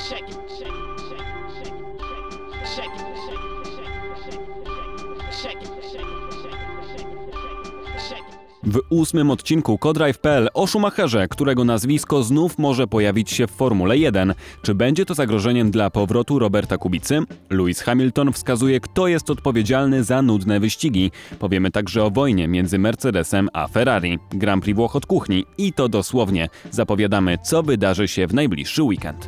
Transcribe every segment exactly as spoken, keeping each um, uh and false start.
W ósmym odcinku Codrive kropka p l o Schumacherze, którego nazwisko znów może pojawić się w Formule jeden. Czy będzie to zagrożeniem dla powrotu Roberta Kubicy? Lewis Hamilton wskazuje, kto jest odpowiedzialny za nudne wyścigi. Powiemy także o wojnie między Mercedesem a Ferrari. Grand Prix Włoch od kuchni i to dosłownie. Zapowiadamy, co wydarzy się w najbliższy weekend.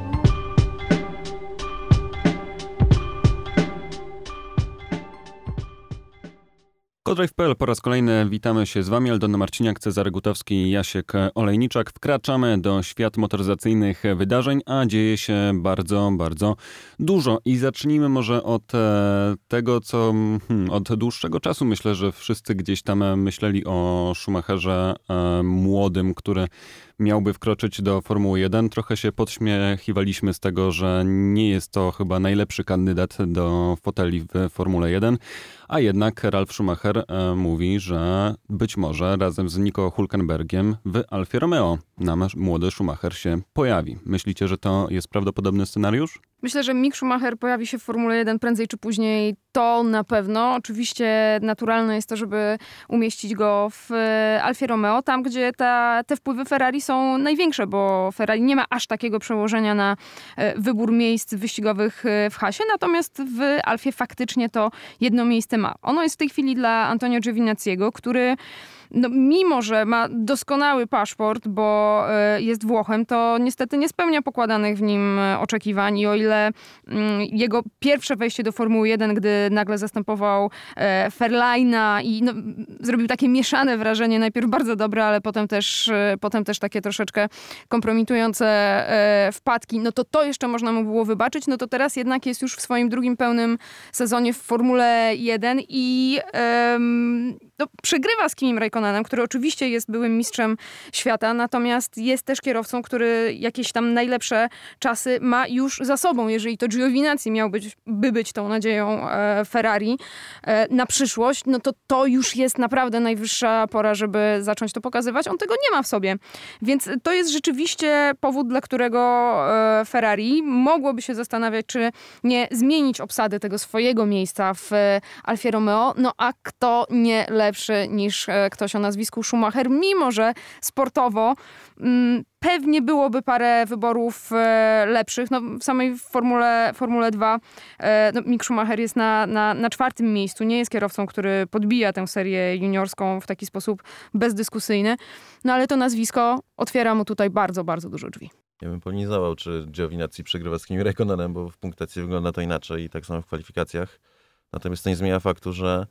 Codrive kropka p l po raz kolejny witamy się z Wami. Aldona Marciniak, Cezary Gutowski i Jasiek Olejniczak. Wkraczamy do świat motoryzacyjnych wydarzeń, a dzieje się bardzo, bardzo dużo. I zacznijmy może od e, tego, co hmm, od dłuższego czasu myślę, że wszyscy gdzieś tam myśleli o Schumacherze e, młodym, który miałby wkroczyć do Formuły jeden. Trochę się podśmiechiwaliśmy z tego, że nie jest to chyba najlepszy kandydat do foteli w Formule jeden, a jednak Ralf Schumacher e, mówi, że być może razem z Nico Hülkenbergiem w Alfie Romeo nam młody Schumacher się pojawi. Myślicie, że to jest prawdopodobny scenariusz? Myślę, że Mick Schumacher pojawi się w Formule jeden prędzej czy później, to na pewno. Oczywiście naturalne jest to, żeby umieścić go w Alfie Romeo, tam gdzie ta, te wpływy Ferrari są największe, bo Ferrari nie ma aż takiego przełożenia na wybór miejsc wyścigowych w Hasie, natomiast w Alfie faktycznie to jedno miejsce ma. Ono jest w tej chwili dla Antonio Giovinazziego, który no, mimo że ma doskonały paszport, bo y, jest Włochem, to niestety nie spełnia pokładanych w nim oczekiwań i o ile y, jego pierwsze wejście do Formuły jeden, gdy nagle zastępował y, Verlaina i no, zrobił takie mieszane wrażenie, najpierw bardzo dobre, ale potem też, y, potem też takie troszeczkę kompromitujące y, wpadki, no to to jeszcze można mu było wybaczyć, no to teraz jednak jest już w swoim drugim pełnym sezonie w Formule jeden i y, no, przegrywa z Kimim Räikkönenem, który oczywiście jest byłym mistrzem świata, natomiast jest też kierowcą, który jakieś tam najlepsze czasy ma już za sobą. Jeżeli to Giovinazzi miał być, by być tą nadzieją e, Ferrari e, na przyszłość, no to to już jest naprawdę najwyższa pora, żeby zacząć to pokazywać. On tego nie ma w sobie. Więc to jest rzeczywiście powód, dla którego e, Ferrari mogłoby się zastanawiać, czy nie zmienić obsady tego swojego miejsca w e, Alfie Romeo. No a kto nie lepszy niż e, ktoś o nazwisku Schumacher, mimo że sportowo mm, pewnie byłoby parę wyborów e, lepszych. No, w samej Formule, Formule dwa e, no, Mick Schumacher jest na, na, na czwartym miejscu. Nie jest kierowcą, który podbija tę serię juniorską w taki sposób bezdyskusyjny. No ale to nazwisko otwiera mu tutaj bardzo, bardzo dużo drzwi. Ja bym polemizował, czy Giovinazzi przegrywa z Kimi Räikkönenem, bo w punktacji wygląda to inaczej i tak samo w kwalifikacjach. Natomiast to nie zmienia faktu, że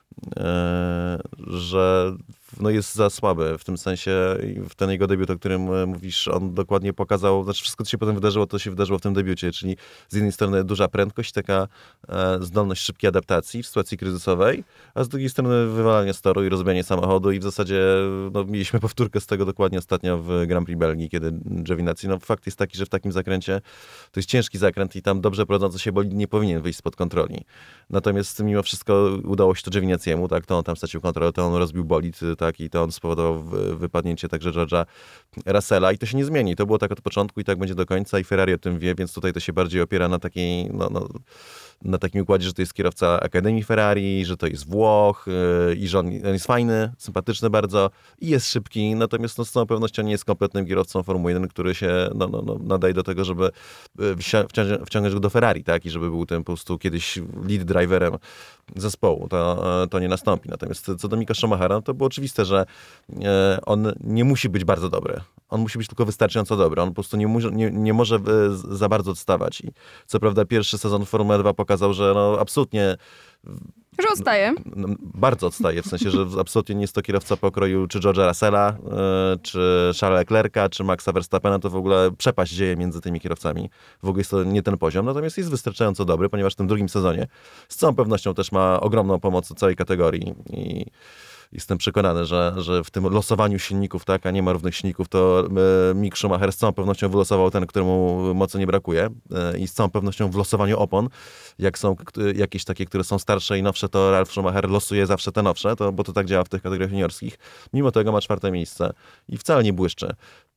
Eee, że no jest za słaby. W tym sensie w ten jego debiut, o którym mówisz, on dokładnie pokazał, znaczy wszystko, co się potem wydarzyło, to się wydarzyło w tym debiucie, czyli z jednej strony duża prędkość, taka e, zdolność szybkiej adaptacji w sytuacji kryzysowej, a z drugiej strony wywalanie z toru i rozbijanie samochodu i w zasadzie no, mieliśmy powtórkę z tego dokładnie ostatnio w Grand Prix Belgii, kiedy Giovinazzi, no fakt jest taki, że w takim zakręcie to jest ciężki zakręt i tam dobrze prowadzący się bolid nie powinien wyjść spod kontroli. Natomiast mimo wszystko udało się to Giovinazziemu, tak, to on tam stracił kontrolę, to on rozbił bolid, tak, i to on spowodował wypadnięcie także George'a Russella i to się nie zmieni. To było tak od początku i tak będzie do końca i Ferrari o tym wie, więc tutaj to się bardziej opiera na takiej, no, no, na takim układzie, że to jest kierowca Akademii Ferrari, że to jest Włoch yy, i że on, on jest fajny, sympatyczny bardzo i jest szybki, natomiast no, z całą pewnością nie jest kompletnym kierowcą Formuły jeden, który się no, no, no, nadaje do tego, żeby wciągnąć, wciągnąć go do Ferrari, tak, i żeby był tym po prostu kiedyś lead driverem zespołu. To, to nie nastąpi. Natomiast co do Micka Schumachera, no to było oczywiste, że e, on nie musi być bardzo dobry. On musi być tylko wystarczająco dobry. On po prostu nie, mu, nie, nie może za bardzo odstawać. I co prawda pierwszy sezon Formuły dwa pokazał, że no absolutnie Że odstaje. No, bardzo odstaje, w sensie, że absolutnie nie jest to kierowca pokroju czy George'a Russella, yy, czy Charlesa Leclerca, czy Maxa Verstappena, to w ogóle przepaść dzieje między tymi kierowcami. W ogóle jest to nie ten poziom, natomiast jest wystarczająco dobry, ponieważ w tym drugim sezonie z całą pewnością też ma ogromną pomoc całej kategorii i jestem przekonany, że, że w tym losowaniu silników, tak, a nie ma równych silników, to e, Mick Schumacher z całą pewnością wylosował ten, któremu mocy nie brakuje e, i z całą pewnością w losowaniu opon, jak są k- jakieś takie, które są starsze i nowsze, to Ralf Schumacher losuje zawsze te nowsze, to, bo to tak działa w tych kategoriach juniorskich. Mimo tego ma czwarte miejsce i wcale nie błyszczy.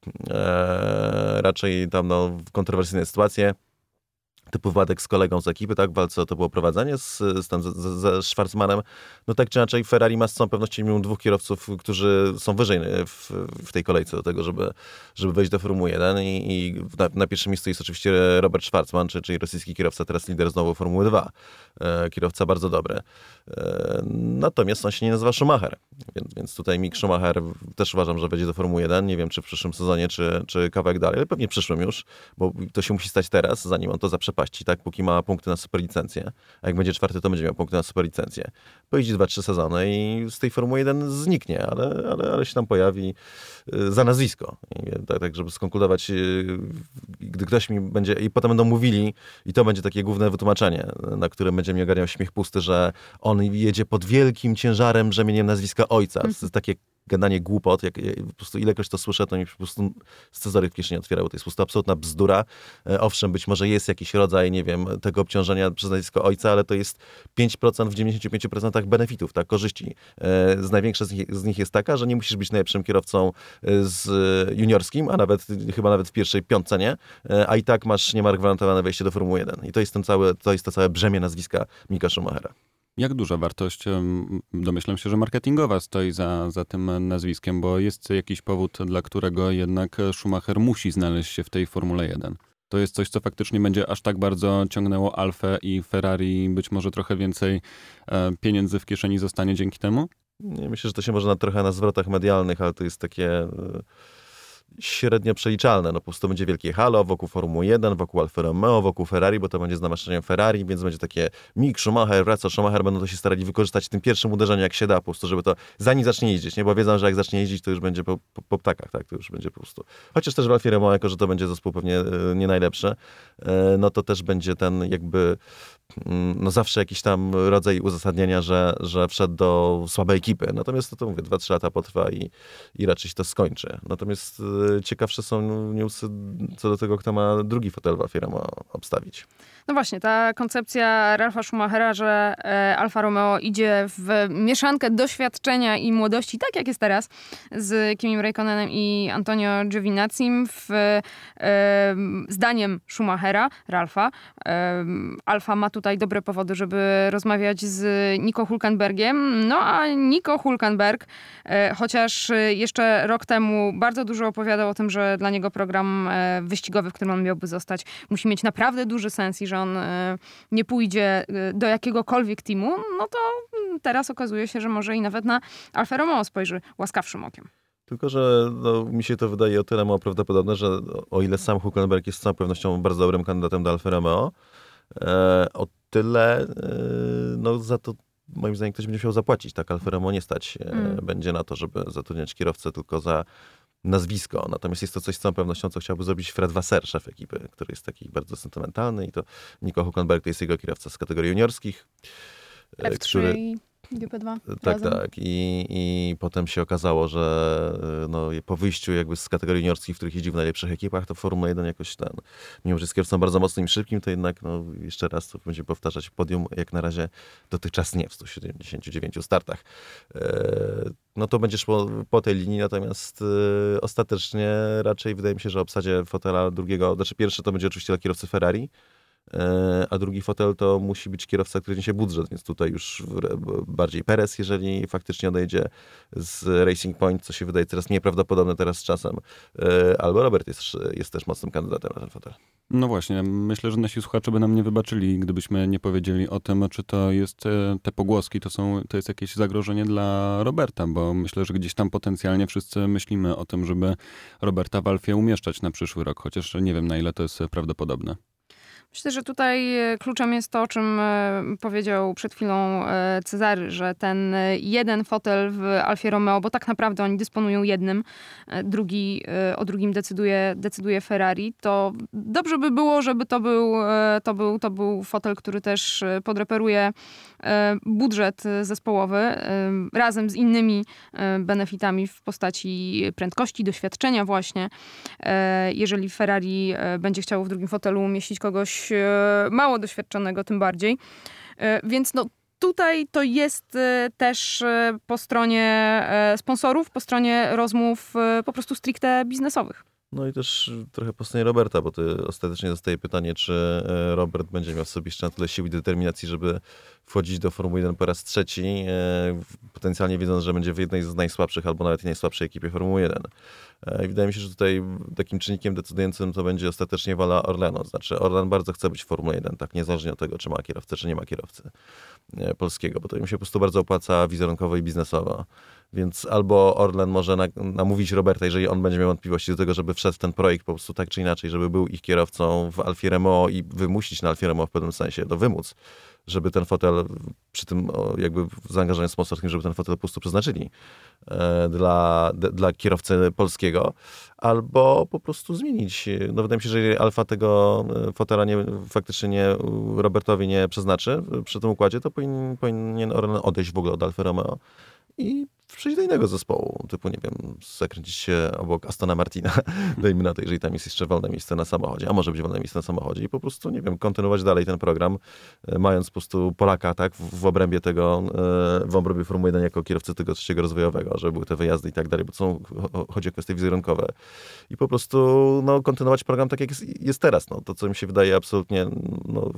e, raczej tam no, kontrowersyjne sytuacje, typu Władek z kolegą z ekipy, tak, w walce to było prowadzenie z, z, tam, z, ze Schwarzmanem. No tak czy inaczej Ferrari ma z całą pewnością minimum dwóch kierowców, którzy są wyżej w, w tej kolejce do tego, żeby, żeby wejść do Formuły jeden i, i na, na pierwszym miejscu jest oczywiście Robert Schwarzman, czyli, czyli rosyjski kierowca, teraz lider znowu Formuły dwa. E, kierowca bardzo dobry. E, natomiast on się nie nazywa Schumacher, więc, więc tutaj Mick Schumacher też uważam, że wejdzie do Formuły jeden. Nie wiem, czy w przyszłym sezonie, czy, czy kawałek dalej, ale pewnie w przyszłym już, bo to się musi stać teraz, zanim on to zaprzepaści. Tak, póki ma punkty na superlicencję. A jak będzie czwarty, to będzie miał punkty na superlicencję. Pojeździ dwa trzy sezony i z tej Formuły jeden zniknie, ale, ale, ale się tam pojawi y, za nazwisko. I, tak, tak, żeby skonkludować, y, gdy ktoś mi będzie... I potem będą mówili, i to będzie takie główne wytłumaczenie, na którym będzie mi ogarniał śmiech pusty, że on jedzie pod wielkim ciężarem brzemieniem nazwiska ojca. To jest takie gadanie głupot, jak, jak po prostu ilekroć to słyszę, to mi po prostu scyzoryk w kieszeni otwiera, bo to jest po prostu absolutna bzdura. E, owszem, być może jest jakiś rodzaj, nie wiem, tego obciążenia przez nazwisko ojca, ale to jest pięć procent w dziewięćdziesięciu pięciu procentach benefitów, tak, korzyści. E, z największa z nich, z nich jest taka, że nie musisz być najlepszym kierowcą z juniorskim, a nawet chyba nawet w pierwszej piątce nie, e, a i tak masz niemal gwarantowane wejście do Formuły jeden. I to jest ten cały, to jest to całe brzemię nazwiska Micka Schumachera. Jak duża wartość, domyślam się, że marketingowa stoi za, za tym nazwiskiem, bo jest jakiś powód, dla którego jednak Schumacher musi znaleźć się w tej Formule jeden. To jest coś, co faktycznie będzie aż tak bardzo ciągnęło Alfę i Ferrari, być może trochę więcej e, pieniędzy w kieszeni zostanie dzięki temu? Nie, myślę, że to się może na, trochę na zwrotach medialnych, ale to jest takie... E... średnio przeliczalne. No po prostu będzie wielkie halo wokół Formuły jeden, wokół Alfa Romeo, wokół Ferrari, bo to będzie z namaszczeniem Ferrari, więc będzie takie Mick Schumacher, wraca Schumacher, będą to się starali wykorzystać w tym pierwszym uderzeniu jak się da, po prostu, żeby to zanim zacznie jeździć, nie? Bo wiedzą, że jak zacznie jeździć, to już będzie po, po, po ptakach, tak? To już będzie po prostu. Chociaż też w Alfie Romeo, jako że to będzie zespół pewnie nie najlepszy, no to też będzie ten jakby no zawsze jakiś tam rodzaj uzasadnienia, że, że wszedł do słabej ekipy. Natomiast to, to mówię, dwa trzy lata potrwa i, i raczej się to skończy. Natomiast y, ciekawsze są newsy co do tego, kto ma drugi fotel w Alfie Romeo obstawić. No właśnie, ta koncepcja Ralfa Schumachera, że e, Alfa Romeo idzie w mieszankę doświadczenia i młodości, tak jak jest teraz, z Kimim Räikkönenem i Antonio Giovinazzi, w, e, zdaniem Schumachera, Ralfa, e, Alfa ma tutaj dobre powody, żeby rozmawiać z Nico Hülkenbergiem. No a Nico Hülkenberg, e, chociaż jeszcze rok temu bardzo dużo opowiadał o tym, że dla niego program e, wyścigowy, w którym on miałby zostać, musi mieć naprawdę duży sens i że on nie pójdzie do jakiegokolwiek teamu, no to teraz okazuje się, że może i nawet na Alfa Romeo spojrzy łaskawszym okiem. Tylko, że no, mi się to wydaje o tyle mało prawdopodobne, że o ile sam Hülkenberg jest z całą pewnością bardzo dobrym kandydatem do Alfa Romeo, e, o tyle e, no, za to moim zdaniem ktoś będzie musiał zapłacić. Tak, Alfa Romeo nie stać e, mm. będzie na to, żeby zatrudniać kierowcę tylko za nazwisko. Natomiast jest to coś z całą pewnością, co chciałby zrobić Fred Vasseur, szef ekipy, który jest taki bardzo sentymentalny i to Nico Hülkenberg to jest jego kierowca z kategorii juniorskich. F trzy który... i G P dwa. Tak, razem. tak. I, I potem się okazało, że no, po wyjściu jakby z kategorii juniorskich, w których jeździł w najlepszych ekipach, to Formuła jeden jakoś ten, mimo że jest kierowcą bardzo mocnym i szybkim, to jednak no, jeszcze raz to będziemy powtarzać podium, jak na razie dotychczas nie w stu siedemdziesięciu dziewięciu startach. No to będzie szło po tej linii, natomiast ostatecznie raczej wydaje mi się, że obsadzie fotela drugiego, znaczy pierwszy to będzie oczywiście dla kierowcy Ferrari, a drugi fotel to musi być kierowca, który niesie budżet, więc tutaj już bardziej Perez, jeżeli faktycznie odejdzie z Racing Point, co się wydaje coraz mniej prawdopodobne teraz z czasem, albo Robert jest, jest też mocnym kandydatem na ten fotel. No właśnie, myślę, że nasi słuchacze by nam nie wybaczyli, gdybyśmy nie powiedzieli o tym, czy to jest, te pogłoski to są, to jest jakieś zagrożenie dla Roberta, bo myślę, że gdzieś tam potencjalnie wszyscy myślimy o tym, żeby Roberta w Alfie umieszczać na przyszły rok, chociaż nie wiem, na ile to jest prawdopodobne. Myślę, że tutaj kluczem jest to, o czym powiedział przed chwilą Cezary, że ten jeden fotel w Alfie Romeo, bo tak naprawdę oni dysponują jednym, drugi, o drugim decyduje, decyduje Ferrari, to dobrze by było, żeby to był, to był, to był fotel, który też podreperuje budżet zespołowy razem z innymi benefitami w postaci prędkości, doświadczenia właśnie. Jeżeli Ferrari będzie chciało w drugim fotelu umieścić kogoś mało doświadczonego, tym bardziej. Więc no tutaj to jest też po stronie sponsorów, po stronie rozmów po prostu stricte biznesowych. No i też trochę po stronie Roberta, bo to ostatecznie zostaje pytanie, czy Robert będzie miał w sobie jeszcze na tyle sił i determinacji, żeby wchodzić do Formuły jeden po raz trzeci, potencjalnie wiedząc, że będzie w jednej z najsłabszych albo nawet najsłabszej ekipie Formuły jeden. I wydaje mi się, że tutaj takim czynnikiem decydującym to będzie ostatecznie wola Orlenu. Znaczy Orlen bardzo chce być w Formule jeden, tak niezależnie od tego, czy ma kierowcę, czy nie ma kierowcy polskiego, bo to im się po prostu bardzo opłaca wizerunkowo i biznesowo. Więc albo Orlen może namówić Roberta, jeżeli on będzie miał wątpliwości do tego, żeby wszedł w ten projekt po prostu tak czy inaczej, żeby był ich kierowcą w Alfie Romeo i wymusić na Alfie Romeo w pewnym sensie, do wymóc, żeby ten fotel przy tym jakby zaangażowaniu sponsorskim, żeby ten fotel po prostu przeznaczyli e, dla, d, dla kierowcy polskiego, albo po prostu zmienić. No wydaje mi się, że jeżeli Alfa tego fotela nie, faktycznie nie, Robertowi nie przeznaczy przy tym układzie, to powinien, powinien Orlen odejść w ogóle od Alfy Romeo i przejść do innego zespołu, typu, nie wiem, zakręcić się obok Astona Martina, dajmy na to, jeżeli tam jest jeszcze wolne miejsce na samochodzie, a może być wolne miejsce na samochodzie i po prostu, nie wiem, kontynuować dalej ten program, mając po prostu Polaka, tak, w, w obrębie tego, w obrębie Formuły jeden jako kierowcy tego trzeciego rozwojowego, żeby były te wyjazdy i tak dalej, bo to są, chodzi o kwestie wizerunkowe. I po prostu, no, kontynuować program tak, jak jest, jest teraz, no, to, co mi się wydaje absolutnie, no,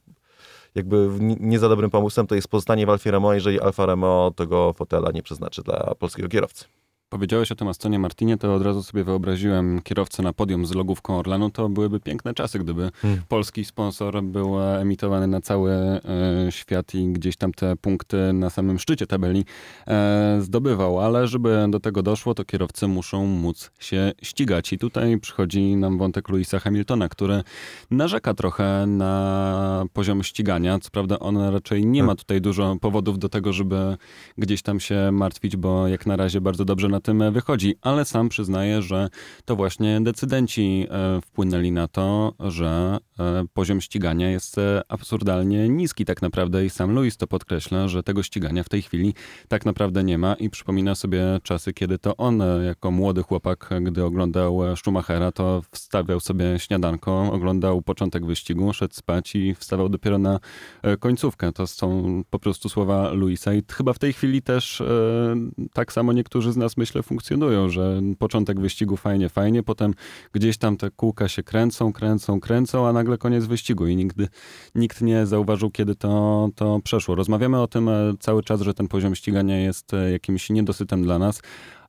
jakby nie za dobrym pomysłem, to jest pozostanie w Alfie Romeo, jeżeli Alfa Romeo tego fotela nie przeznaczy dla polskiego kierowcy. Powiedziałeś o tym Astonie Martinie, to od razu sobie wyobraziłem kierowcę na podium z logówką Orlenu. To byłyby piękne czasy, gdyby hmm. polski sponsor był emitowany na cały e, świat i gdzieś tam te punkty na samym szczycie tabeli e, zdobywał. Ale żeby do tego doszło, to kierowcy muszą móc się ścigać. I tutaj przychodzi nam wątek Lewisa Hamiltona, który narzeka trochę na poziom ścigania. Co prawda on raczej nie ma tutaj dużo powodów do tego, żeby gdzieś tam się martwić, bo jak na razie bardzo dobrze na tym wychodzi, ale sam przyznaje, że to właśnie decydenci wpłynęli na to, że poziom ścigania jest absurdalnie niski tak naprawdę i sam Lewis to podkreśla, że tego ścigania w tej chwili tak naprawdę nie ma i przypomina sobie czasy, kiedy to on jako młody chłopak, gdy oglądał Schumachera, to wstawiał sobie śniadanko, oglądał początek wyścigu, szedł spać i wstawał dopiero na końcówkę. To są po prostu słowa Lewisa i chyba w tej chwili też e, tak samo niektórzy z nas myślę funkcjonują, że początek wyścigu fajnie, fajnie, potem gdzieś tam te kółka się kręcą, kręcą, kręcą, a nagle koniec wyścigu i nigdy nikt nie zauważył, kiedy to, to przeszło. Rozmawiamy o tym cały czas, że ten poziom ścigania jest jakimś niedosytem dla nas,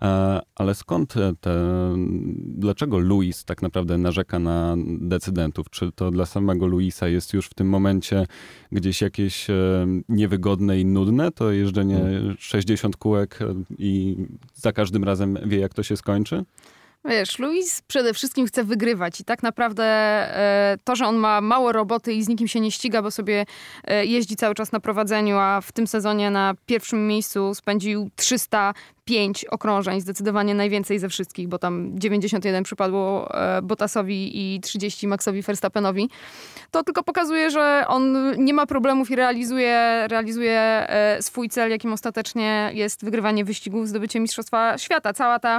ale skąd te, dlaczego Lewis tak naprawdę narzeka na decydentów? Czy to dla samego Lewisa jest już w tym momencie gdzieś jakieś niewygodne i nudne? To jeżdżenie sześćdziesiąt kółek i za każdym razem wie, jak to się skończy? Wiesz, Lewis przede wszystkim chce wygrywać i tak naprawdę e, to, że on ma mało roboty i z nikim się nie ściga, bo sobie e, jeździ cały czas na prowadzeniu, a w tym sezonie na pierwszym miejscu spędził trzysta pięć okrążeń, zdecydowanie najwięcej ze wszystkich, bo tam dziewięćdziesiąt jeden przypadło e, Bottasowi i trzydzieści Maxowi Verstappenowi. To tylko pokazuje, że on nie ma problemów i realizuje, realizuje e, swój cel, jakim ostatecznie jest wygrywanie wyścigów, zdobycie Mistrzostwa Świata. Cała ta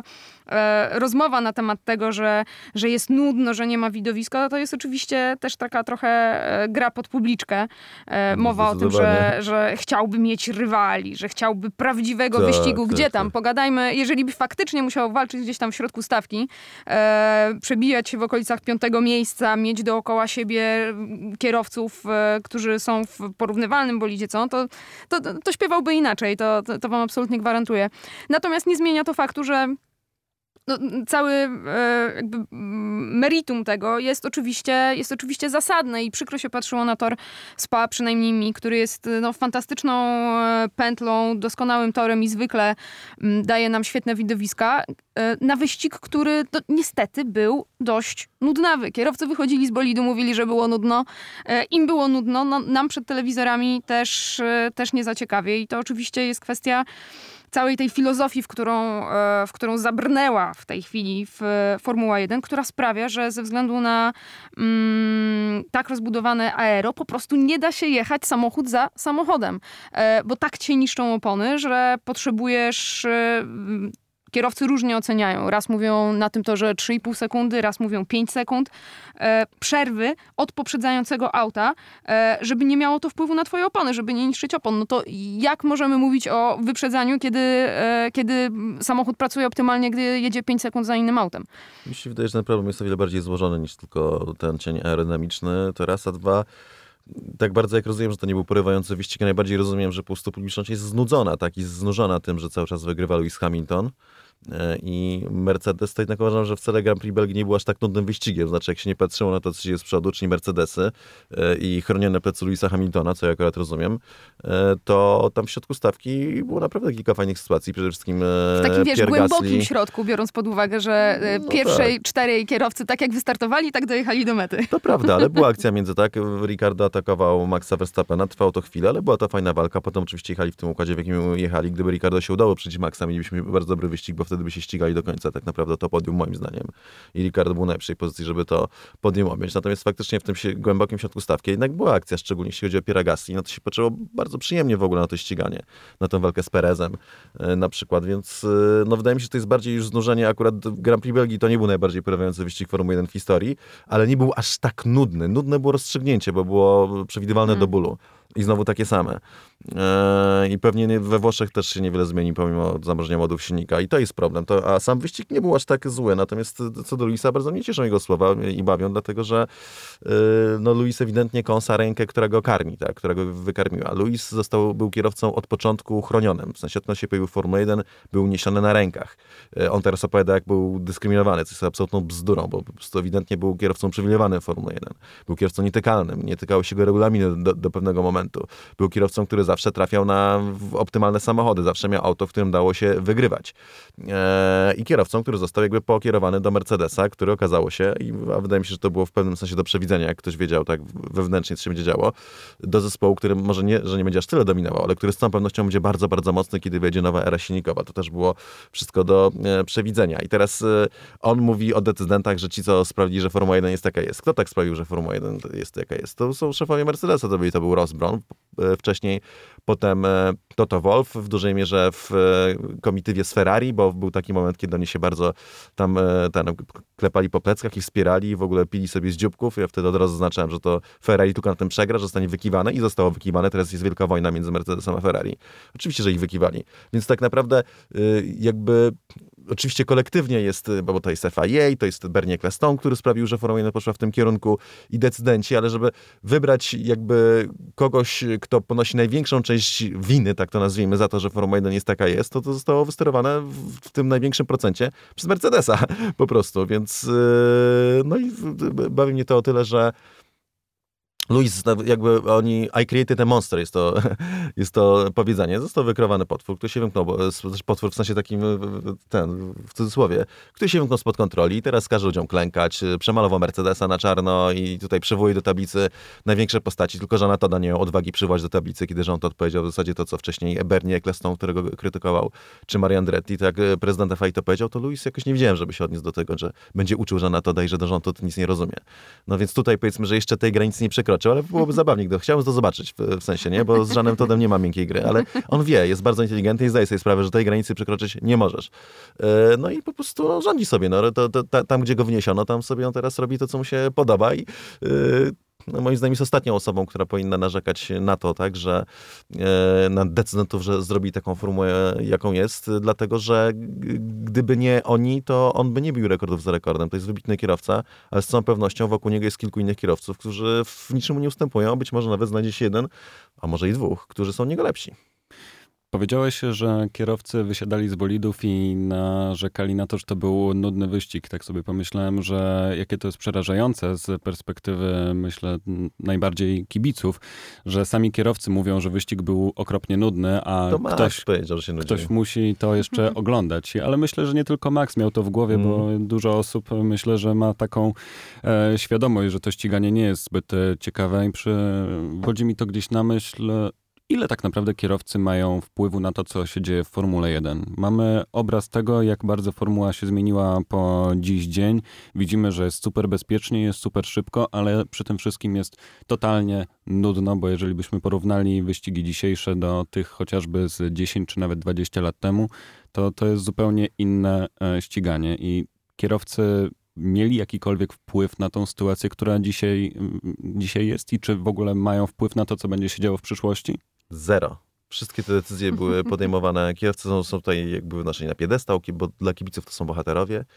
e, rozmowa na temat tego, że, że jest nudno, że nie ma widowiska, to jest oczywiście też taka trochę e, gra pod publiczkę. E, mowa o tym, że, że chciałby mieć rywali, że chciałby prawdziwego tak, wyścigu. Gdzie tak, tam? Tak. Pogadajmy, jeżeli by faktycznie musiał walczyć gdzieś tam w środku stawki, e, przebijać się w okolicach piątego miejsca, mieć dookoła siebie kierowców, e, którzy są w porównywalnym bolidzie, co? To, to, to śpiewałby inaczej, to, to, to wam absolutnie gwarantuję. Natomiast nie zmienia to faktu, że no, cały e, jakby meritum tego jest oczywiście, jest oczywiście zasadne i przykro się patrzyło na tor Spa, przynajmniej mi, który jest no, fantastyczną pętlą, doskonałym torem i zwykle m, daje nam świetne widowiska, e, na wyścig, który to, niestety był dość nudnawy. Kierowcy wychodzili z bolidu, mówili, że było nudno. E, im było nudno, no, nam przed telewizorami też, e, też nie za ciekawie i to oczywiście jest kwestia całej tej filozofii, w którą, w którą zabrnęła w tej chwili w Formuła jeden, która sprawia, że ze względu na mm, tak rozbudowane aero po prostu nie da się jechać samochód za samochodem, bo tak cię niszczą opony, że potrzebujesz kierowcy różnie oceniają. Raz mówią na tym torze trzy i pół sekundy, raz mówią pięć sekund. E, przerwy od poprzedzającego auta, e, żeby nie miało to wpływu na twoje opony, żeby nie niszczyć opon. No to jak możemy mówić o wyprzedzaniu, kiedy, e, kiedy samochód pracuje optymalnie, gdy jedzie pięć sekund za innym autem? Mi się wydaje, że ten problem jest o wiele bardziej złożony niż tylko ten cień aerodynamiczny. To raz, a dwa, tak bardzo jak rozumiem, że to nie był porywający wyścig, a najbardziej rozumiem, że po prostu publiczność jest znudzona, tak, i znużona tym, że cały czas wygrywa Lewis Hamilton. I Mercedes, to jednak uważam, że wcale Grand Prix Belgii nie był aż tak nudnym wyścigiem. Znaczy, jak się nie patrzyło na to, co się jest z przodu, czyli Mercedesy i chronione plecy Lewisa Hamiltona, co ja akurat rozumiem, to tam w środku stawki było naprawdę kilka fajnych sytuacji. Przede wszystkim w takim, wiesz, Pierre głębokim Gasly. środku, biorąc pod uwagę, że no pierwszej tak. czterej kierowcy tak jak wystartowali, tak dojechali do mety. To prawda, ale była akcja między, tak, Ricardo atakował Maxa Verstappena, trwało to chwilę, ale była to fajna walka. Potem oczywiście jechali w tym układzie, w jakim jechali. Gdyby Ricardo się udało przejść Maxa, mielibyśmy bardzo dobry wyścig, bo wtedy by się ścigali do końca tak naprawdę to podium, moim zdaniem. I Ricardo był w najlepszej pozycji, żeby to podium objąć. Natomiast faktycznie w tym się, głębokim środku stawki jednak była akcja, szczególnie jeśli chodzi o Pierre'a Gasly. No to się patrzyło bardzo przyjemnie w ogóle na to ściganie, na tę walkę z Perezem e, na przykład, więc e, no wydaje mi się, że to jest bardziej już znużenie. Akurat Grand Prix Belgii to nie był najbardziej porywający wyścig Formuły jeden w historii, ale nie był aż tak nudny. Nudne było rozstrzygnięcie, bo było przewidywalne hmm. do bólu. I znowu takie same. Eee, I pewnie we Włoszech też się niewiele zmieni pomimo zamrożenia modów silnika. I to jest problem. To, a sam wyścig nie był aż tak zły. Natomiast co do Luisa, bardzo mnie cieszą jego słowa i bawią, dlatego że yy, no Luis ewidentnie kąsa rękę, która go karmi, tak, która go wykarmiła. Luis został, był kierowcą od początku chronionym. W sensie, odkąd się pojawił w Formule jeden, był niesiony na rękach. Yy, on teraz opowiada, jak był dyskryminowany, co jest absolutną bzdurą, bo po prostu ewidentnie był kierowcą przywilejowanym w Formule jeden. Był kierowcą nietykalnym. Nie tykały się go regulaminy do, do pewnego momentu. Był kierowcą, który zawsze trafiał na optymalne samochody, zawsze miał auto, w którym dało się wygrywać. Eee, I kierowcą, który został jakby pokierowany do Mercedesa, który okazało się, i a wydaje mi się, że to było w pewnym sensie do przewidzenia, jak ktoś wiedział tak wewnętrznie, co się będzie działo, do zespołu, który może nie, że nie będzie aż tyle dominował, ale który z całą pewnością będzie bardzo, bardzo mocny, kiedy wejdzie nowa era silnikowa. To też było wszystko do e, przewidzenia. I teraz e, on mówi o decydentach, że ci, co sprawdzili, że Formuła jeden jest jaka jest. Kto tak sprawił, że Formuła jeden jest jaka jest? To są szefowie Mercedesa, to, byli, to był Ross Brown, wcześniej potem Toto Wolff, w dużej mierze w komitywie z Ferrari, bo był taki moment, kiedy oni się bardzo tam ten, klepali po pleckach i wspierali i w ogóle pili sobie z dzióbków. Ja wtedy od razu zaznaczałem, że to Ferrari tylko na tym przegra, że zostanie wykiwane i zostało wykiwane. Teraz jest wielka wojna między Mercedesem a Ferrari. Oczywiście, że ich wykiwali. Więc tak naprawdę jakby oczywiście kolektywnie jest, bo to jest F I A, to jest Bernie Ecclestone, który sprawił, że Formuła jeden poszła w tym kierunku i decydenci, ale żeby wybrać jakby kogoś, kto ponosi największą część winy, tak to nazwijmy, za to, że Formuła jeden jest taka jest, to to zostało wysterowane w, w tym największym procencie przez Mercedesa po prostu, więc no i bawi mnie to o tyle, że Luis, jakby oni, I created a monster, jest to, jest to powiedzenie. Został wykreowany potwór, który się wymknął, bo, potwór w sensie takim, ten, w cudzysłowie, który się wymknął spod kontroli i teraz każe ludziom klękać, przemalował Mercedesa na czarno i tutaj przywołuje do tablicy największe postaci, tylko że na to nie miał odwagi przywołać do tablicy, kiedy rząd odpowiedział w zasadzie to, co wcześniej Bernie Ecclestone, którego krytykował, czy Mario Andretti, tak jak prezydent F I A to powiedział, to Luis jakoś nie widziałem, żeby się odniósł do tego, że będzie uczył Żana Todda i że do rządu to nic nie rozumie. No więc tutaj powiedzmy, że jeszcze tej granicy nie przekroczył, ale byłoby zabawnie, gdyby chciałem to zobaczyć, w, w sensie, nie? Bo z Żanem Toddem nie ma miękkiej gry, ale on wie, jest bardzo inteligentny i zdaje sobie sprawę, że tej granicy przekroczyć nie możesz. No i po prostu no, rządzi sobie, no, to, to, to, tam gdzie go wniesiono, tam sobie on teraz robi to, co mu się podoba i no, moim zdaniem jest ostatnią osobą, która powinna narzekać na to, tak, że e, na decydentów, że zrobi taką formułę, jaką jest, dlatego, że gdyby nie oni, to on by nie bił rekordów za rekordem. To jest wybitny kierowca, ale z całą pewnością wokół niego jest kilku innych kierowców, którzy w niczym mu nie ustępują, być może nawet znajdzie się jeden, a może i dwóch, którzy są niego lepsi. Powiedziałeś, że kierowcy wysiadali z bolidów i narzekali na to, że to był nudny wyścig. Tak sobie pomyślałem, że jakie to jest przerażające z perspektywy, myślę, najbardziej kibiców, że sami kierowcy mówią, że wyścig był okropnie nudny, a to Max ktoś, powiedział, że się nudzi. ktoś musi to jeszcze oglądać. Ale myślę, że nie tylko Max miał to w głowie, mm. bo dużo osób, myślę, że ma taką e, świadomość, że to ściganie nie jest zbyt ciekawe i przywodzi mi to gdzieś na myśl, Ile tak naprawdę kierowcy mają wpływu na to, co się dzieje w Formule jeden? Mamy obraz tego, jak bardzo formuła się zmieniła po dziś dzień. Widzimy, że jest super bezpiecznie, jest super szybko, ale przy tym wszystkim jest totalnie nudno, bo jeżeli byśmy porównali wyścigi dzisiejsze do tych chociażby z dziesięć czy nawet dwadzieścia lat temu, to to jest zupełnie inne e, ściganie i kierowcy mieli jakikolwiek wpływ na tą sytuację, która dzisiaj, dzisiaj jest i czy w ogóle mają wpływ na to, co będzie się działo w przyszłości? Zero. Wszystkie te decyzje były podejmowane, kierowcy są, są tutaj jakby wynoszeni na piedestał, bo dla kibiców to są bohaterowie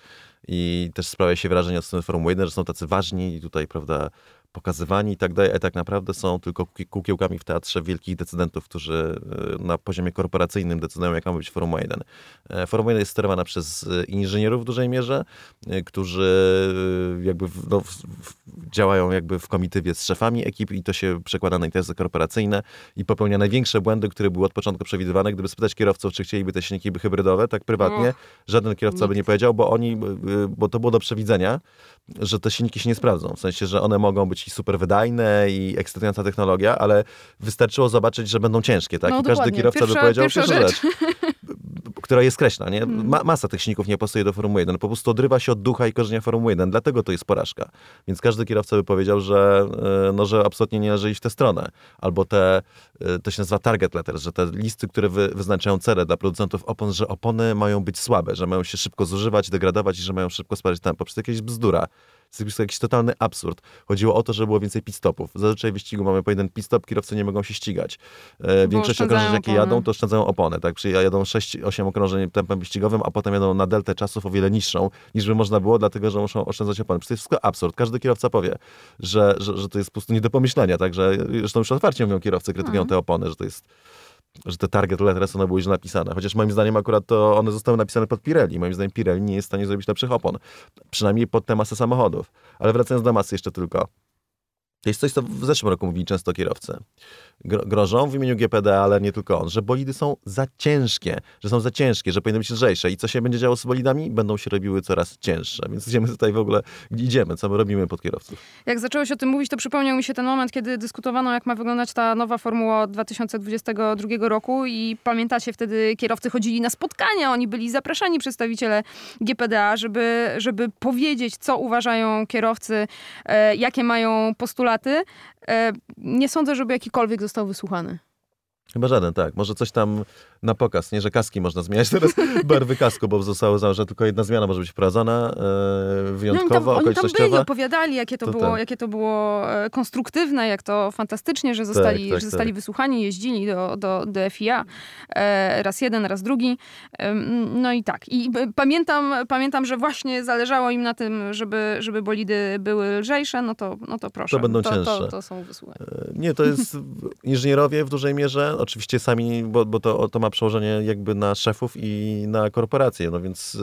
i też sprawia się wrażenie od strony Formuły jeden, że są tacy ważni i tutaj, prawda, pokazywani i tak dalej, a tak naprawdę są tylko kukiełkami w teatrze wielkich decydentów, którzy na poziomie korporacyjnym decydują, jaka ma być Formuła jeden. Formuła jeden jest sterowana przez inżynierów w dużej mierze, którzy jakby w, no, w, w, działają jakby w komitywie z szefami ekip i to się przekłada na interesy korporacyjne i popełnia największe błędy, które były od początku przewidywane. Gdyby spytać kierowców, czy chcieliby te silniki hybrydowe, tak prywatnie, żaden kierowca Nikt. by nie powiedział, bo oni, bo to było do przewidzenia, że te silniki się nie sprawdzą. W sensie, że one mogą być i super wydajne i ekscytująca technologia, ale wystarczyło zobaczyć, że będą ciężkie, tak? No, I każdy dokładnie. kierowca pierwsza, by powiedział, pierwsza pierwsza rzecz. rzecz, która jest kreślna, nie? Ma, masa tych silników nie pasuje do Formuły jeden. Po prostu odrywa się od ducha i korzenia Formuły jeden. Dlatego to jest porażka. Więc każdy kierowca by powiedział, że, no, że absolutnie nie należy iść w tę stronę. Albo te, to się nazywa target letters, że te listy, które wy, wyznaczają cele dla producentów opon, że opony mają być słabe, że mają się szybko zużywać, degradować i że mają szybko spadać tempo. Przecież to jakaś bzdura. To jest jakiś totalny absurd. Chodziło o to, żeby było więcej pit-stopów. Zazwyczaj w wyścigu mamy po jeden pit-stop, kierowcy nie mogą się ścigać. E, większość okrążeń, jakie jadą, to oszczędzają opony. Tak? Czyli jadą sześć osiem okrążeń tempem wyścigowym, a potem jadą na deltę czasów o wiele niższą, niż by można było, dlatego że muszą oszczędzać opony. Przecież to jest wszystko absurd. Każdy kierowca powie, że, że, że to jest po prostu nie do pomyślenia. Tak? Że, zresztą już otwarcie mówią kierowcy, krytykują te opony, że to jest że te target letters one były źle napisane. Chociaż moim zdaniem akurat to one zostały napisane pod Pirelli. Moim zdaniem Pirelli nie jest w stanie zrobić lepszych opon. Przynajmniej pod tę masę samochodów. Ale wracając do masy jeszcze tylko. To jest coś, co w zeszłym roku mówili często kierowcy. Grożą w imieniu G P D, ale nie tylko on, że bolidy są za ciężkie, że są za ciężkie, że powinny być lżejsze. I co się będzie działo z bolidami? Będą się robiły coraz cięższe. Więc idziemy tutaj w ogóle, gdzie idziemy, co my robimy pod kierowców. Jak zaczęłeś o tym mówić, to przypomniał mi się ten moment, kiedy dyskutowano, jak ma wyglądać ta nowa formuła od dwa tysiące dwudziestego drugiego roku i pamiętacie, wtedy kierowcy chodzili na spotkania, oni byli zapraszani, przedstawiciele G P D A, żeby, żeby powiedzieć, co uważają kierowcy, e, jakie mają postulaty. E, nie sądzę, żeby jakikolwiek został wysłuchany. Chyba żaden, tak. Może coś tam na pokaz, nie, że kaski można zmieniać teraz, barwy kasku, bo zostało za, że tylko jedna zmiana może być wprowadzona, e, wyjątkowa, no, oni tam, okolicznościowa. Oni tam byli, opowiadali, jakie to, to było, tak. jakie to było konstruktywne, jak to fantastycznie, że zostali, tak, tak, że zostali tak. wysłuchani, jeździli do, do, do F I A. E, raz jeden, raz drugi. E, no i tak. I pamiętam, pamiętam, że właśnie zależało im na tym, żeby, żeby bolidy były lżejsze, no to, no to proszę. To będą to, cięższe. To, to są wysłuchane. E, nie, to jest inżynierowie w dużej mierze, oczywiście sami, bo, bo to, to ma przełożenie jakby na szefów i na korporacje, no więc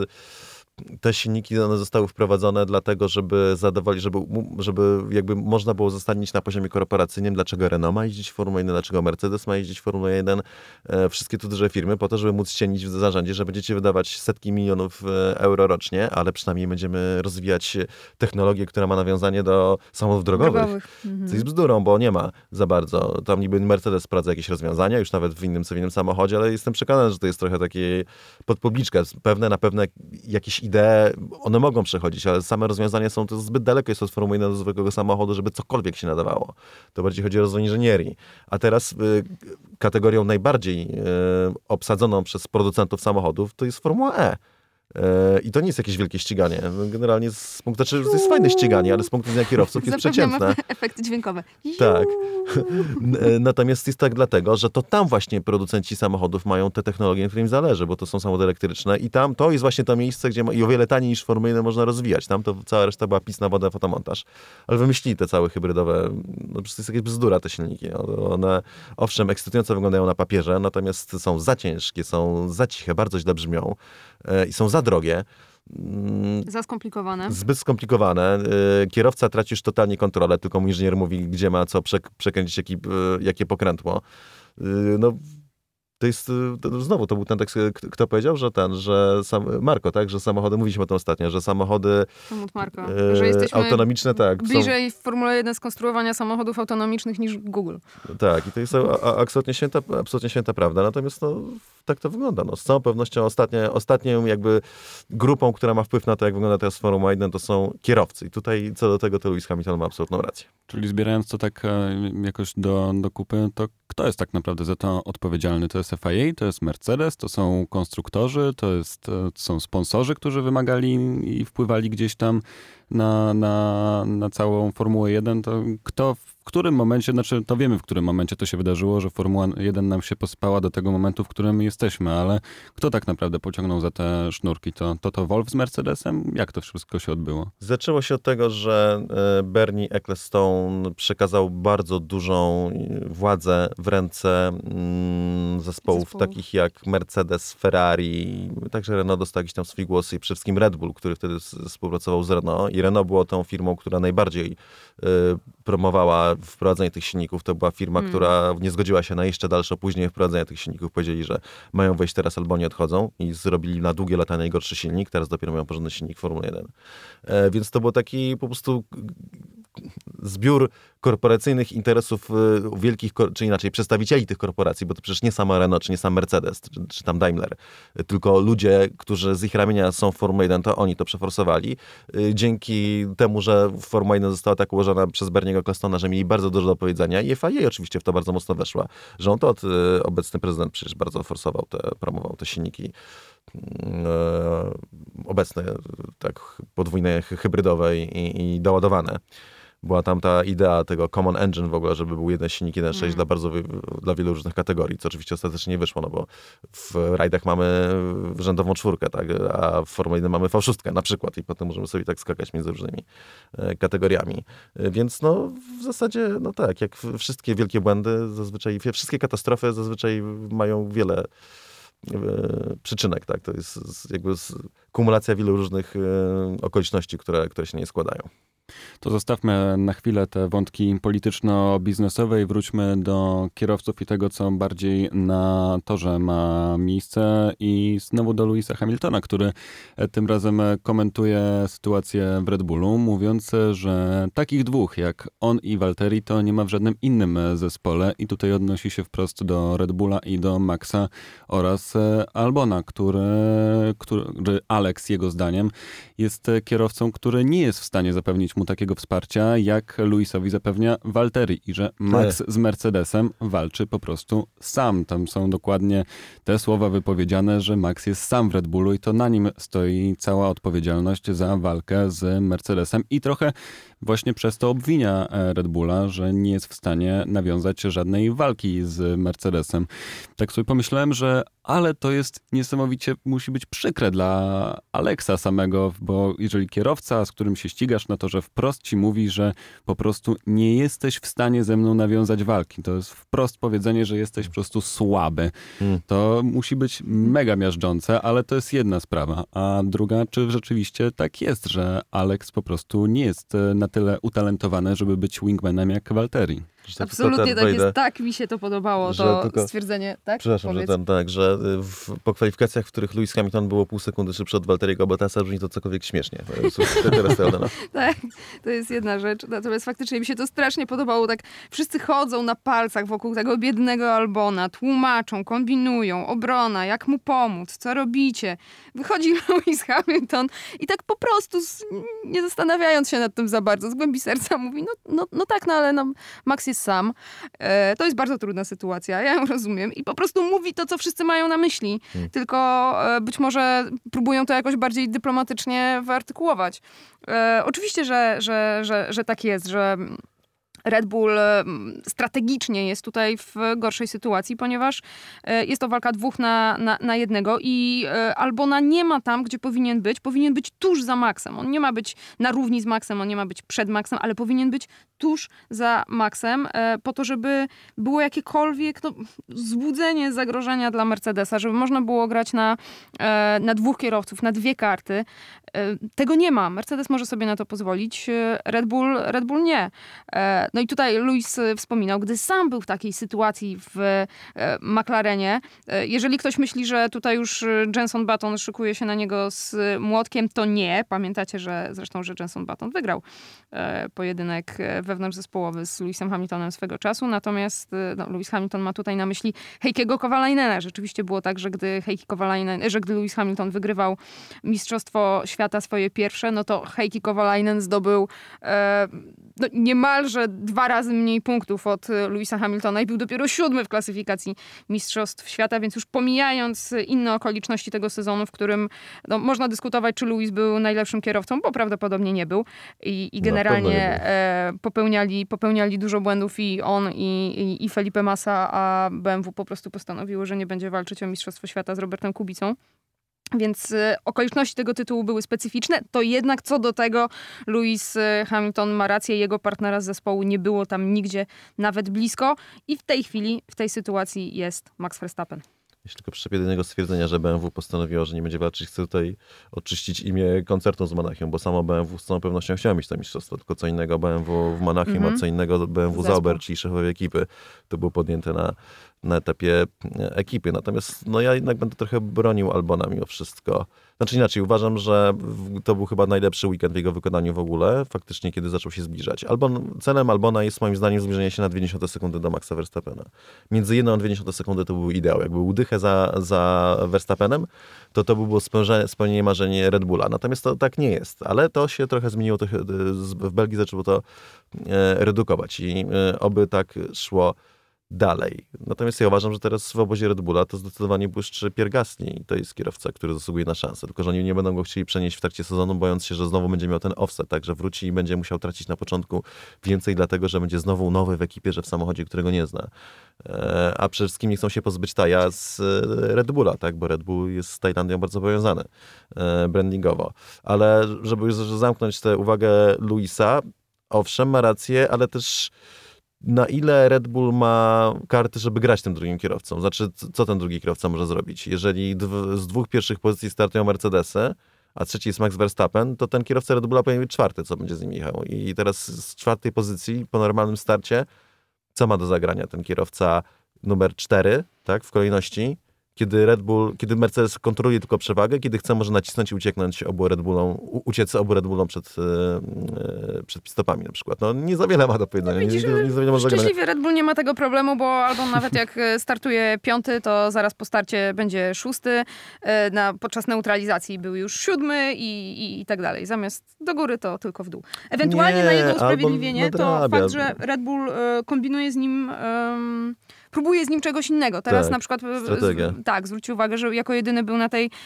te silniki one zostały wprowadzone dlatego, żeby zadowolić, żeby, żeby jakby można było zostanić na poziomie korporacyjnym. Dlaczego Renault ma jeździć w Formule jeden, dlaczego Mercedes ma jeździć w Formule jeden. E, wszystkie tu duże firmy po to, żeby móc ścienić w zarządzie, że będziecie wydawać setki milionów euro rocznie, ale przynajmniej będziemy rozwijać technologię, która ma nawiązanie do samochodów drogowych. drogowych. Mhm. Co jest bzdurą, bo nie ma za bardzo. Tam niby Mercedes sprawdza jakieś rozwiązania, już nawet w innym cywilnym samochodzie, ale jestem przekonany, że to jest trochę takie podpubliczka. Pewne na pewne jakieś idee, one mogą przechodzić, ale same rozwiązania są to zbyt daleko jest od Formuły jeden do zwykłego samochodu, żeby cokolwiek się nadawało. To bardziej chodzi o rozwój inżynierii. A teraz y, kategorią najbardziej y, obsadzoną przez producentów samochodów to jest Formuła E. I to nie jest jakieś wielkie ściganie. Generalnie z punktu, znaczy, to jest fajne ściganie, ale z punktu widzenia kierowców jest przeciętne. Efekty dźwiękowe. Tak. Natomiast jest tak dlatego, że to tam właśnie producenci samochodów mają te technologie, na których im zależy, bo to są samochody elektryczne i tam to jest właśnie to miejsce, gdzie ma, i o wiele taniej niż Formuły jeden można rozwijać. Tam to cała reszta była pis na wodę, fotomontaż. Ale wymyślili te całe hybrydowe, no to jest jakaś bzdura te silniki. One owszem ekscytująco wyglądają na papierze, natomiast są za ciężkie, są za ciche, bardzo źle brzmią i są za drogie. Za skomplikowane. Zbyt skomplikowane. Kierowca traci już totalnie kontrolę, tylko mu inżynier mówi, gdzie ma co przekręcić, jaki, jakie pokrętło. No, To jest, to znowu, to był ten tekst, kto powiedział, że ten, że sam, Marko, tak, że samochody, mówiliśmy o tym ostatnio, że samochody Marko, e, że jesteśmy autonomiczne, tak. bliżej są, w Formule jeden skonstruowania samochodów autonomicznych niż Google. Tak, i to jest a, a, absolutnie, święta, absolutnie święta prawda, natomiast no, tak to wygląda. No, z całą pewnością ostatnie, ostatnią jakby grupą, która ma wpływ na to, jak wygląda teraz Formuła jeden, to są kierowcy. I tutaj co do tego, to Lewis Hamilton ma absolutną rację. Czyli zbierając to tak jakoś do, do kupy, to kto jest tak naprawdę za to odpowiedzialny? To jest F I A, to jest Mercedes, to są konstruktorzy, to, jest, to są sponsorzy, którzy wymagali i wpływali gdzieś tam na, na, na całą Formułę jeden. To kto w którym momencie, znaczy to wiemy, w którym momencie to się wydarzyło, że Formuła jeden nam się pospała do tego momentu, w którym jesteśmy, ale kto tak naprawdę pociągnął za te sznurki? To to, to Wolff z Mercedesem? Jak to wszystko się odbyło? Zaczęło się od tego, że Bernie Ecclestone przekazał bardzo dużą władzę w ręce mm, zespołów, zespołów takich jak Mercedes, Ferrari, także Renault dostał jakiś tam swój głos i przede wszystkim Red Bull, który wtedy współpracował z Renault i Renault było tą firmą, która najbardziej y, promowała wprowadzenie tych silników. To była firma, hmm. która nie zgodziła się na jeszcze dalsze opóźnienie wprowadzenia tych silników. Powiedzieli, że mają wejść teraz albo nie odchodzą i zrobili na długie lata najgorszy silnik. Teraz dopiero mają porządny silnik Formuły jeden. E, więc to był taki po prostu zbiór korporacyjnych interesów wielkich, czy inaczej przedstawicieli tych korporacji, bo to przecież nie sama Renault, czy nie sam Mercedes, czy, czy tam Daimler, tylko ludzie, którzy z ich ramienia są w Formule jeden, to oni to przeforsowali. Dzięki temu, że Formuła jeden została tak ułożona przez Berniego Ecclestona, że mieli bardzo dużo do powiedzenia i F I A oczywiście w to bardzo mocno weszła. Rząd od obecny prezydent przecież bardzo forsował te, promował te silniki obecne, tak podwójne, hybrydowe i, i doładowane. Była tam ta idea tego Common Engine w ogóle, żeby był jeden silnik, jeden sześć mm. dla bardzo dla wielu różnych kategorii, co oczywiście ostatecznie nie wyszło, no bo w rajdach mamy rzędową czwórkę, tak, a w Formule jeden mamy V sześć na przykład i potem możemy sobie tak skakać między różnymi kategoriami. Więc no w zasadzie, no tak, jak wszystkie wielkie błędy, zazwyczaj, wszystkie katastrofy zazwyczaj mają wiele przyczynek, tak, to jest jakby kumulacja wielu różnych okoliczności, które, które się nie składają. To zostawmy na chwilę te wątki polityczno-biznesowe i wróćmy do kierowców i tego, co bardziej na torze ma miejsce i znowu do Lewisa Hamiltona, który tym razem komentuje sytuację w Red Bullu, mówiąc, że takich dwóch jak on i Valtteri to nie ma w żadnym innym zespole i tutaj odnosi się wprost do Red Bulla i do Maxa oraz Albona, który, który Alex jego zdaniem jest kierowcą, który nie jest w stanie zapewnić mu takiego wsparcia, jak Lewisowi zapewnia Valtteri i że Max z Mercedesem walczy po prostu sam. Tam są dokładnie te słowa wypowiedziane, że Max jest sam w Red Bullu i to na nim stoi cała odpowiedzialność za walkę z Mercedesem i trochę właśnie przez to obwinia Red Bulla, że nie jest w stanie nawiązać żadnej walki z Mercedesem. Tak sobie pomyślałem, że ale to jest niesamowicie, musi być przykre dla Alexa samego, bo jeżeli kierowca, z którym się ścigasz na to, że wprost ci mówi, że po prostu nie jesteś w stanie ze mną nawiązać walki, to jest wprost powiedzenie, że jesteś po prostu słaby. Hmm. To musi być mega miażdżące, ale to jest jedna sprawa. A druga, czy rzeczywiście tak jest, że Alex po prostu nie jest na tyle utalentowany, żeby być wingmanem jak Valtteri. Absolutnie tak jest. Tak mi się to podobało, to tylko, stwierdzenie. Tak? Przepraszam, Powiedz. że ten, tak, że w, po kwalifikacjach, w których Lewis Hamilton było pół sekundy szybszy od Valtteriego Bottasa, brzmi to cokolwiek śmiesznie. Teraz to tak, to jest jedna rzecz. Natomiast faktycznie mi się to strasznie podobało. Tak wszyscy chodzą na palcach wokół tego biednego Albona, tłumaczą, kombinują, obrona, jak mu pomóc, co robicie. Wychodzi Lewis Hamilton i tak po prostu, nie zastanawiając się nad tym za bardzo, z głębi serca mówi, no, no, no tak, no ale no, Max jest sam. E, to jest bardzo trudna sytuacja, ja ją rozumiem. I po prostu mówi to, co wszyscy mają na myśli. Hmm. Tylko e, być może próbują to jakoś bardziej dyplomatycznie wyartykułować. E, oczywiście, że, że, że, że tak jest, że Red Bull strategicznie jest tutaj w gorszej sytuacji, ponieważ jest to walka dwóch na, na, na jednego i Albona nie ma tam, gdzie powinien być. Powinien być tuż za Maxem. On nie ma być na równi z Maxem, on nie ma być przed Maxem, ale powinien być tuż za Maxem po to, żeby było jakiekolwiek no, złudzenie zagrożenia dla Mercedesa, żeby można było grać na, na dwóch kierowców, na dwie karty. Tego nie ma. Mercedes może sobie na to pozwolić. Red Bull, Red Bull nie. No i tutaj Lewis wspominał, gdy sam był w takiej sytuacji w e, McLarenie. E, jeżeli ktoś myśli, że tutaj już Jenson Button szykuje się na niego z młotkiem, to nie. Pamiętacie, że zresztą, że Jenson Button wygrał e, pojedynek wewnątrzzespołowy z Lewisem Hamiltonem swego czasu. Natomiast e, no, Lewis Hamilton ma tutaj na myśli Heikiego Kovalainena. Rzeczywiście było tak, że gdy Heikki Kovalainen, że gdy Lewis Hamilton wygrywał Mistrzostwo Świata swoje pierwsze, no to Heikki Kovalainen zdobył e, no, niemalże dwa razy mniej punktów od Lewisa Hamiltona i był dopiero siódmy w klasyfikacji Mistrzostw Świata, więc już pomijając inne okoliczności tego sezonu, w którym no, można dyskutować, czy Lewis był najlepszym kierowcą, bo prawdopodobnie nie był i, i generalnie e, popełniali, popełniali dużo błędów i on i, i, i Felipe Massa, a B M W po prostu postanowiło, że nie będzie walczyć o Mistrzostwo Świata z Robertem Kubicą. Więc y, okoliczności tego tytułu były specyficzne, to jednak co do tego Lewis y, Hamilton ma rację, jego partnera z zespołu nie było tam nigdzie nawet blisko i w tej chwili, w tej sytuacji jest Max Verstappen. Jeśli tylko przyczepię do jednego stwierdzenia, że B M W postanowiło, że nie będzie walczyć, chcę tutaj oczyścić imię koncertu z Monachium, bo samo B M W z całą pewnością chciało mieć to mistrzostwo, tylko co innego B M W w Monachium, mm-hmm. a co innego B M W Sauber, czyli szefowie ekipy. To było podjęte na, na etapie ekipy. Natomiast no ja jednak będę trochę bronił Albona mimo wszystko. Znaczy inaczej, uważam, że to był chyba najlepszy weekend w jego wykonaniu w ogóle, faktycznie, kiedy zaczął się zbliżać. Albon, celem Albona jest moim zdaniem zbliżenie się na dwie dziesiąte sekundy do Maxa Verstappena. Między jedną a dwie dziesiąte sekundy to był ideał. Jakby był dychę za, za Verstappenem, to to by było spełnienie marzenie Red Bulla. Natomiast to tak nie jest. Ale to się trochę zmieniło. To, w Belgii zaczęło to e, redukować i e, oby tak szło dalej. Natomiast ja uważam, że teraz w obozie Red Bulla to zdecydowanie błyszczy Pierre Gasly i to jest kierowca, który zasługuje na szansę. Tylko że oni nie będą go chcieli przenieść w trakcie sezonu, bojąc się, że znowu będzie miał ten offset, tak, że wróci i będzie musiał tracić na początku więcej, dlatego że będzie znowu nowy w ekipie, że w samochodzie, którego nie zna. E, a przede wszystkim nie chcą się pozbyć Taja z Red Bulla, tak, bo Red Bull jest z Tajlandią bardzo powiązany e, brandingowo. Ale żeby już zamknąć tę uwagę Lewisa, owszem, ma rację, ale też na ile Red Bull ma karty, żeby grać tym drugim kierowcą? Znaczy, co ten drugi kierowca może zrobić? Jeżeli dw- z dwóch pierwszych pozycji startują Mercedesy, a trzeci jest Max Verstappen, to ten kierowca Red Bulla powinien być czwarty, co będzie z nim jechał. I teraz z czwartej pozycji, po normalnym starcie, co ma do zagrania ten kierowca numer cztery, tak, w kolejności? Kiedy Red Bull, kiedy Mercedes kontroluje tylko przewagę, kiedy chce może nacisnąć i ucieknąć obu Red Bullom, uciec obu Red Bullom przed, yy, przed pit-stopami na przykład. No nie za wiele ma do powiedzenia. No, widzisz, nie, nie, nie za wiele może szczęśliwie Red Bull nie ma tego problemu, bo albo nawet jak startuje piąty, to zaraz po starcie będzie szósty. Na, podczas neutralizacji był już siódmy i, i, i tak dalej. Zamiast do góry to tylko w dół. Ewentualnie nie, na jego usprawiedliwienie to fakt, że Red Bull y, kombinuje z nim... Y, próbuje z nim czegoś innego. Teraz tak, na przykład strategia. Z, tak, zwróćcie uwagę, że jako jedyny był na tej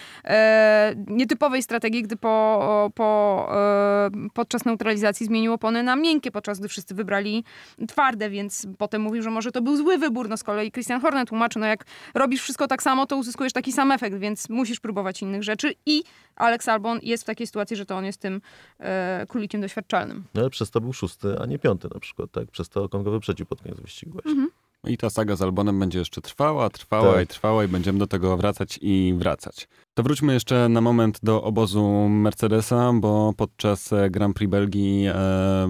e, nietypowej strategii, gdy po, po, e, podczas neutralizacji zmienił opony na miękkie, podczas gdy wszyscy wybrali twarde, więc potem mówił, że może to był zły wybór. No z kolei Christian Horner tłumaczy, no jak robisz wszystko tak samo, to uzyskujesz taki sam efekt, więc musisz próbować innych rzeczy i Alex Albon jest w takiej sytuacji, że to on jest tym e, królikiem doświadczalnym. No ale przez to był szósty, a nie piąty na przykład, tak? Przez to on go wyprzedził pod koniec wyścigu właśnie. Mhm. I ta saga z Albonem będzie jeszcze trwała, trwała tak. i trwała i będziemy do tego wracać i wracać. To wróćmy jeszcze na moment do obozu Mercedesa, bo podczas Grand Prix Belgii e,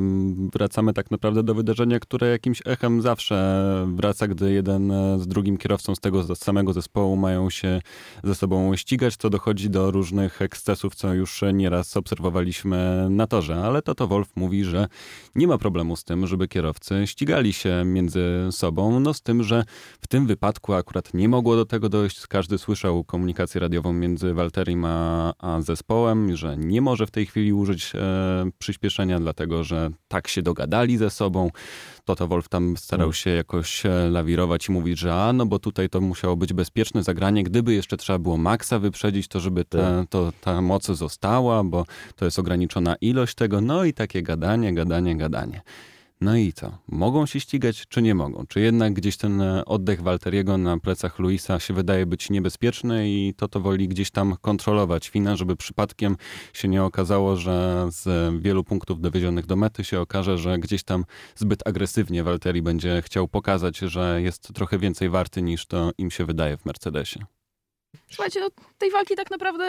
wracamy tak naprawdę do wydarzenia, które jakimś echem zawsze wraca, gdy jeden z drugim kierowcą z tego samego zespołu mają się ze sobą ścigać, co dochodzi do różnych ekscesów, co już nieraz obserwowaliśmy na torze. Ale Toto Wolff mówi, że nie ma problemu z tym, żeby kierowcy ścigali się między sobą, no z tym, że w tym wypadku akurat nie mogło do tego dojść. Każdy słyszał komunikację radiową między Valtterim a, a zespołem, że nie może w tej chwili użyć e, przyspieszenia, dlatego że tak się dogadali ze sobą. Toto Wolff tam starał się jakoś lawirować i mówić, że a, no bo tutaj to musiało być bezpieczne zagranie. Gdyby jeszcze trzeba było Maxa wyprzedzić, to żeby te, to, ta moc została, bo to jest ograniczona ilość tego. No i takie gadanie, gadanie, gadanie. No i co? Mogą się ścigać, czy nie mogą? Czy jednak gdzieś ten oddech Valtteriego na plecach Lewisa się wydaje być niebezpieczny i Toto woli gdzieś tam kontrolować Fina, żeby przypadkiem się nie okazało, że z wielu punktów dowiezionych do mety się okaże, że gdzieś tam zbyt agresywnie Valtteri będzie chciał pokazać, że jest trochę więcej warty niż to im się wydaje w Mercedesie. Słuchajcie, no tej walki tak naprawdę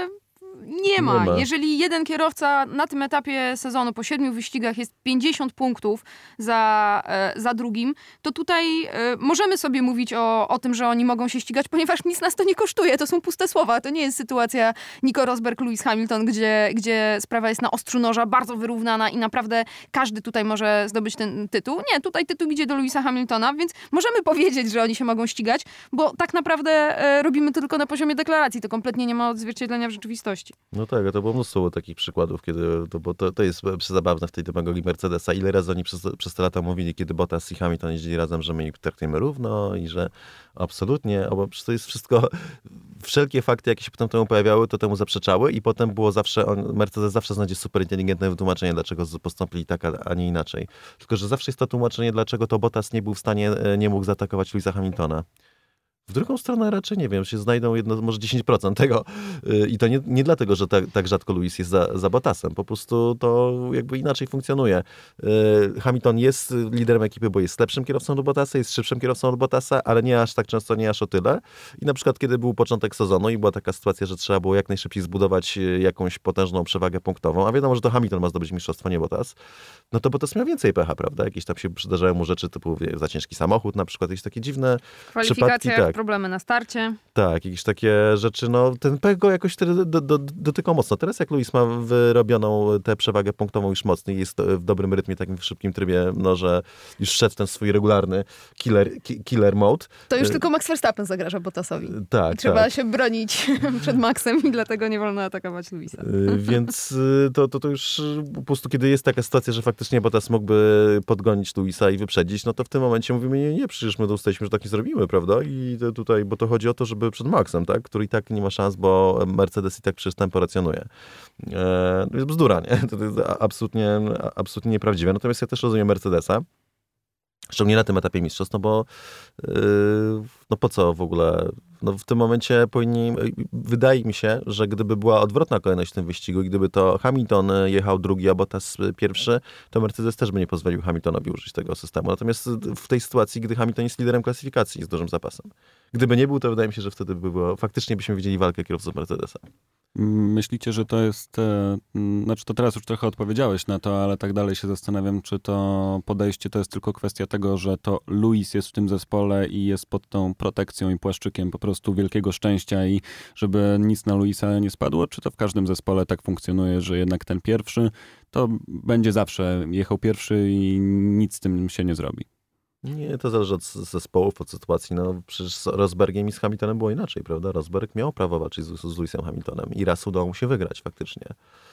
Nie ma. Nie ma. Jeżeli jeden kierowca na tym etapie sezonu po siedmiu wyścigach jest pięćdziesiąt punktów za, e, za drugim, to tutaj e, możemy sobie mówić o, o tym, że oni mogą się ścigać, ponieważ nic nas to nie kosztuje. To są puste słowa. To nie jest sytuacja Nico Rosberg, Lewis Hamilton, gdzie, gdzie sprawa jest na ostrzu noża, bardzo wyrównana i naprawdę każdy tutaj może zdobyć ten tytuł. Nie, tutaj tytuł idzie do Lewisa Hamiltona, więc możemy powiedzieć, że oni się mogą ścigać, bo tak naprawdę e, robimy to tylko na poziomie deklaracji. To kompletnie nie ma odzwierciedlenia w rzeczywistości. No tak, a to było mnóstwo takich przykładów, kiedy, to, bo to, to jest zabawne w tej demagogii Mercedesa. Ile razy oni przez, przez te lata mówili, kiedy Bottas i Hamilton jeździli razem, że my ich traktujemy równo i że absolutnie, bo przecież to jest wszystko, wszelkie fakty, jakie się potem temu pojawiały, to temu zaprzeczały i potem było zawsze, on, Mercedes zawsze znajdzie super inteligentne wytłumaczenie, dlaczego postąpili tak, a, a nie inaczej. Tylko, że zawsze jest to tłumaczenie, dlaczego to Bottas nie był w stanie, nie mógł zaatakować Lewisa Hamiltona. W drugą stronę raczej nie wiem, się znajdą jedno, może dziesięć procent tego yy, i to nie, nie dlatego, że tak, tak rzadko Lewis jest za, za Bottasem, po prostu to jakby inaczej funkcjonuje. Yy, Hamilton jest liderem ekipy, bo jest lepszym kierowcą od Bottasa, jest szybszym kierowcą od Bottasa, ale nie aż tak często, nie aż o tyle. I na przykład kiedy był początek sezonu i była taka sytuacja, że trzeba było jak najszybciej zbudować jakąś potężną przewagę punktową, a wiadomo, że to Hamilton ma zdobyć mistrzostwo, nie Bottas, no to Bottas miał więcej pecha, prawda? Jakieś tam się przydarzają mu rzeczy typu wie, za ciężki samochód, na przykład jakieś takie dziwne przypadki. Tak. Problemy na starcie. Tak, jakieś takie rzeczy, no ten pech go jakoś wtedy do, do, dotykał mocno. Teraz jak Lewis ma wyrobioną tę przewagę punktową już mocniej, jest w dobrym rytmie, takim w szybkim trybie, no że już wszedł ten swój regularny killer, ki, killer mode. To już tylko Max Verstappen zagraża Bottasowi. Tak, Trzeba tak. się bronić przed Maxem i dlatego nie wolno atakować Lewisa. Więc to, to, to już po prostu, kiedy jest taka sytuacja, że faktycznie Bottas mógłby podgonić Lewisa i wyprzedzić, no to w tym momencie mówimy, nie, nie, przecież my dostaliśmy, że tak nie zrobimy, prawda? I tutaj, bo to chodzi o to, żeby przed Maxem, tak? Który i tak nie ma szans, bo Mercedes i tak przez tempo racjonuje. E, to jest bzdura, nie? To jest absolutnie, absolutnie nieprawdziwe. Natomiast ja też rozumiem Mercedesa, szczególnie na tym etapie mistrzostw, no bo yy, no po co w ogóle? No w tym momencie powinni, wydaje mi się, że gdyby była odwrotna kolejność w tym wyścigu i gdyby to Hamilton jechał drugi, a Bottas pierwszy, to Mercedes też by nie pozwolił Hamiltonowi użyć tego systemu. Natomiast w tej sytuacji, gdy Hamilton jest liderem klasyfikacji z dużym zapasem. Gdyby nie był, to wydaje mi się, że wtedy by było, faktycznie byśmy widzieli walkę kierowców Mercedesa. Myślicie, że to jest, e, znaczy to teraz już trochę odpowiedziałeś na to, ale tak dalej się zastanawiam, czy to podejście to jest tylko kwestia tego, że to Lewis jest w tym zespole i jest pod tą protekcją i płaszczykiem po prostu wielkiego szczęścia i żeby nic na Lewisa nie spadło, czy to w każdym zespole tak funkcjonuje, że jednak ten pierwszy to będzie zawsze jechał pierwszy i nic z tym się nie zrobi? Nie, to zależy od zespołów, od sytuacji. No przecież z Rosbergiem i z Hamiltonem było inaczej, prawda? Rosberg miał prawo walczyć z, z Lewisem Hamiltonem i raz udało mu się wygrać faktycznie.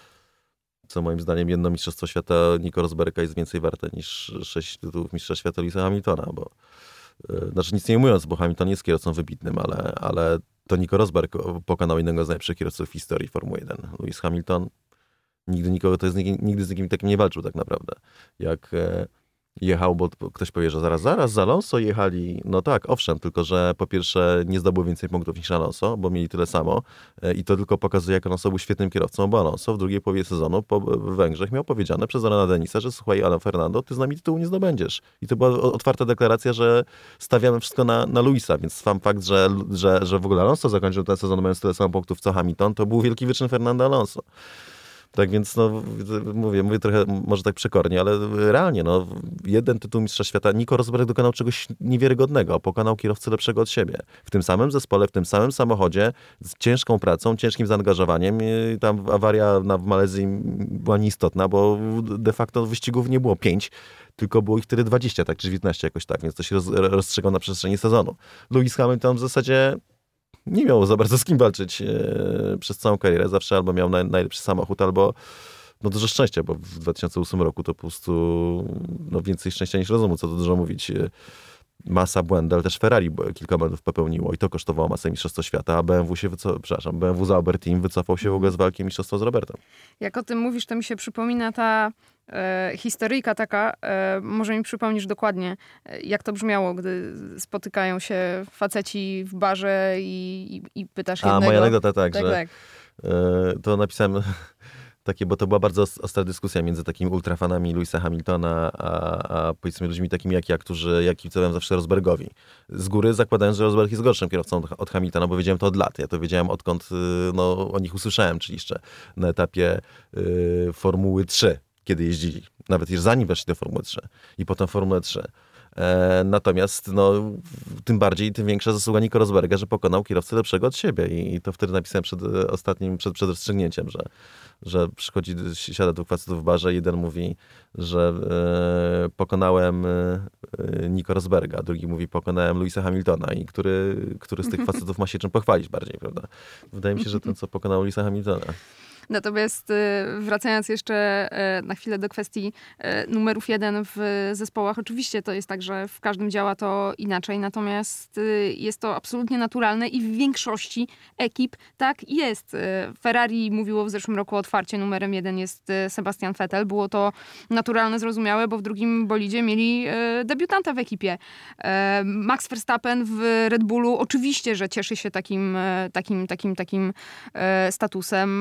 Co moim zdaniem jedno mistrzostwo świata Nico Rosberga jest więcej warte niż sześć tytułów mistrza świata Lewisa Hamiltona, bo yy, znaczy nic nie mówiąc, bo Hamilton jest kierowcą wybitnym, ale, ale to Nico Rosberg pokonał jednego z najlepszych kierowców w historii Formuły jeden. Lewis Hamilton nigdy nikogo, to jest, nigdy z nikim takim nie walczył tak naprawdę. Jak e, jechał, bo ktoś powie, że zaraz, zaraz z Alonso jechali. No tak, owszem, tylko że po pierwsze nie zdobył więcej punktów niż Alonso, bo mieli tyle samo i to tylko pokazuje, jak Alonso był świetnym kierowcą, bo Alonso w drugiej połowie sezonu po w Węgrzech miał powiedziane przez Orana Denisa, że słuchaj, Alan Fernando, ty z nami tytułu nie zdobędziesz. I to była otwarta deklaracja, że stawiamy wszystko na, na Lewisa, więc sam fakt, że, że, że w ogóle Alonso zakończył ten sezon mając tyle samo punktów co Hamilton, to był wielki wyczyn Fernando Alonso. Tak więc, no, mówię, mówię trochę może tak przekornie, ale realnie, no, jeden tytuł mistrza świata, Nico Rosberg dokonał czegoś niewiarygodnego, pokonał kierowcę lepszego od siebie. W tym samym zespole, w tym samym samochodzie, z ciężką pracą, ciężkim zaangażowaniem. I tam awaria na, w Malezji była nieistotna, bo de facto wyścigów nie było pięć, tylko było ich wtedy dwadzieścia, tak, czy dziewiętnaście jakoś tak, więc to się roz, rozstrzygał na przestrzeni sezonu. Lewis Hamilton w zasadzie nie miał za bardzo z kim walczyć e, przez całą karierę. Zawsze albo miał naj, najlepszy samochód, albo no dużo szczęścia, bo w dwa tysiące ósmym roku to po prostu no, więcej szczęścia niż rozumu, co tu dużo mówić. Masa błędów, ale też Ferrari kilka błędów popełniło i to kosztowało masę mistrzostwa świata, a B M W się wycofał, przepraszam, B M W Sauber Team wycofał się w ogóle z walki mistrzostwa z Robertem. Jak o tym mówisz, to mi się przypomina ta e, historyjka taka, e, może mi przypomnisz dokładnie, e, jak to brzmiało, gdy spotykają się faceci w barze i, i, i pytasz jednego. A, moja anegdota tak, tak, że tak. E, to napisałem takie, bo to była bardzo ostra dyskusja między takimi ultrafanami Lewisa Hamiltona, a, a powiedzmy ludźmi takimi jak ja, którzy ja kibicowałem zawsze Rosbergowi. Z góry zakładając, że Rosberg jest gorszym kierowcą od Hamiltona, bo wiedziałem to od lat. Ja to wiedziałem odkąd no, o nich usłyszałem, czyli jeszcze na etapie y, Formuły trzy, kiedy jeździli. Nawet już zanim weszli do Formuły trzy i potem Formułę trzy. E, natomiast no, tym bardziej, tym większa zasługa Nico Rosberga, że pokonał kierowcę lepszego od siebie. I, i to wtedy napisałem przed ostatnim, przed, przed rozstrzygnięciem, że, że przychodzi, siada dwóch facetów w barze, jeden mówi, że e, pokonałem e, Nico Rosberga, drugi mówi, pokonałem Lewisa Hamiltona i który, który z tych facetów ma się czym pochwalić bardziej, prawda? Wydaje mi się, że ten, co pokonał Lewisa Hamiltona. Natomiast wracając jeszcze na chwilę do kwestii numerów jeden w zespołach, oczywiście to jest tak, że w każdym działa to inaczej, natomiast jest to absolutnie naturalne i w większości ekip tak jest. Ferrari mówiło w zeszłym roku otwarcie, numerem jeden jest Sebastian Vettel. Było to naturalne, zrozumiałe, bo w drugim bolidzie mieli debiutanta w ekipie. Max Verstappen w Red Bullu oczywiście, że cieszy się takim, takim, takim, takim statusem.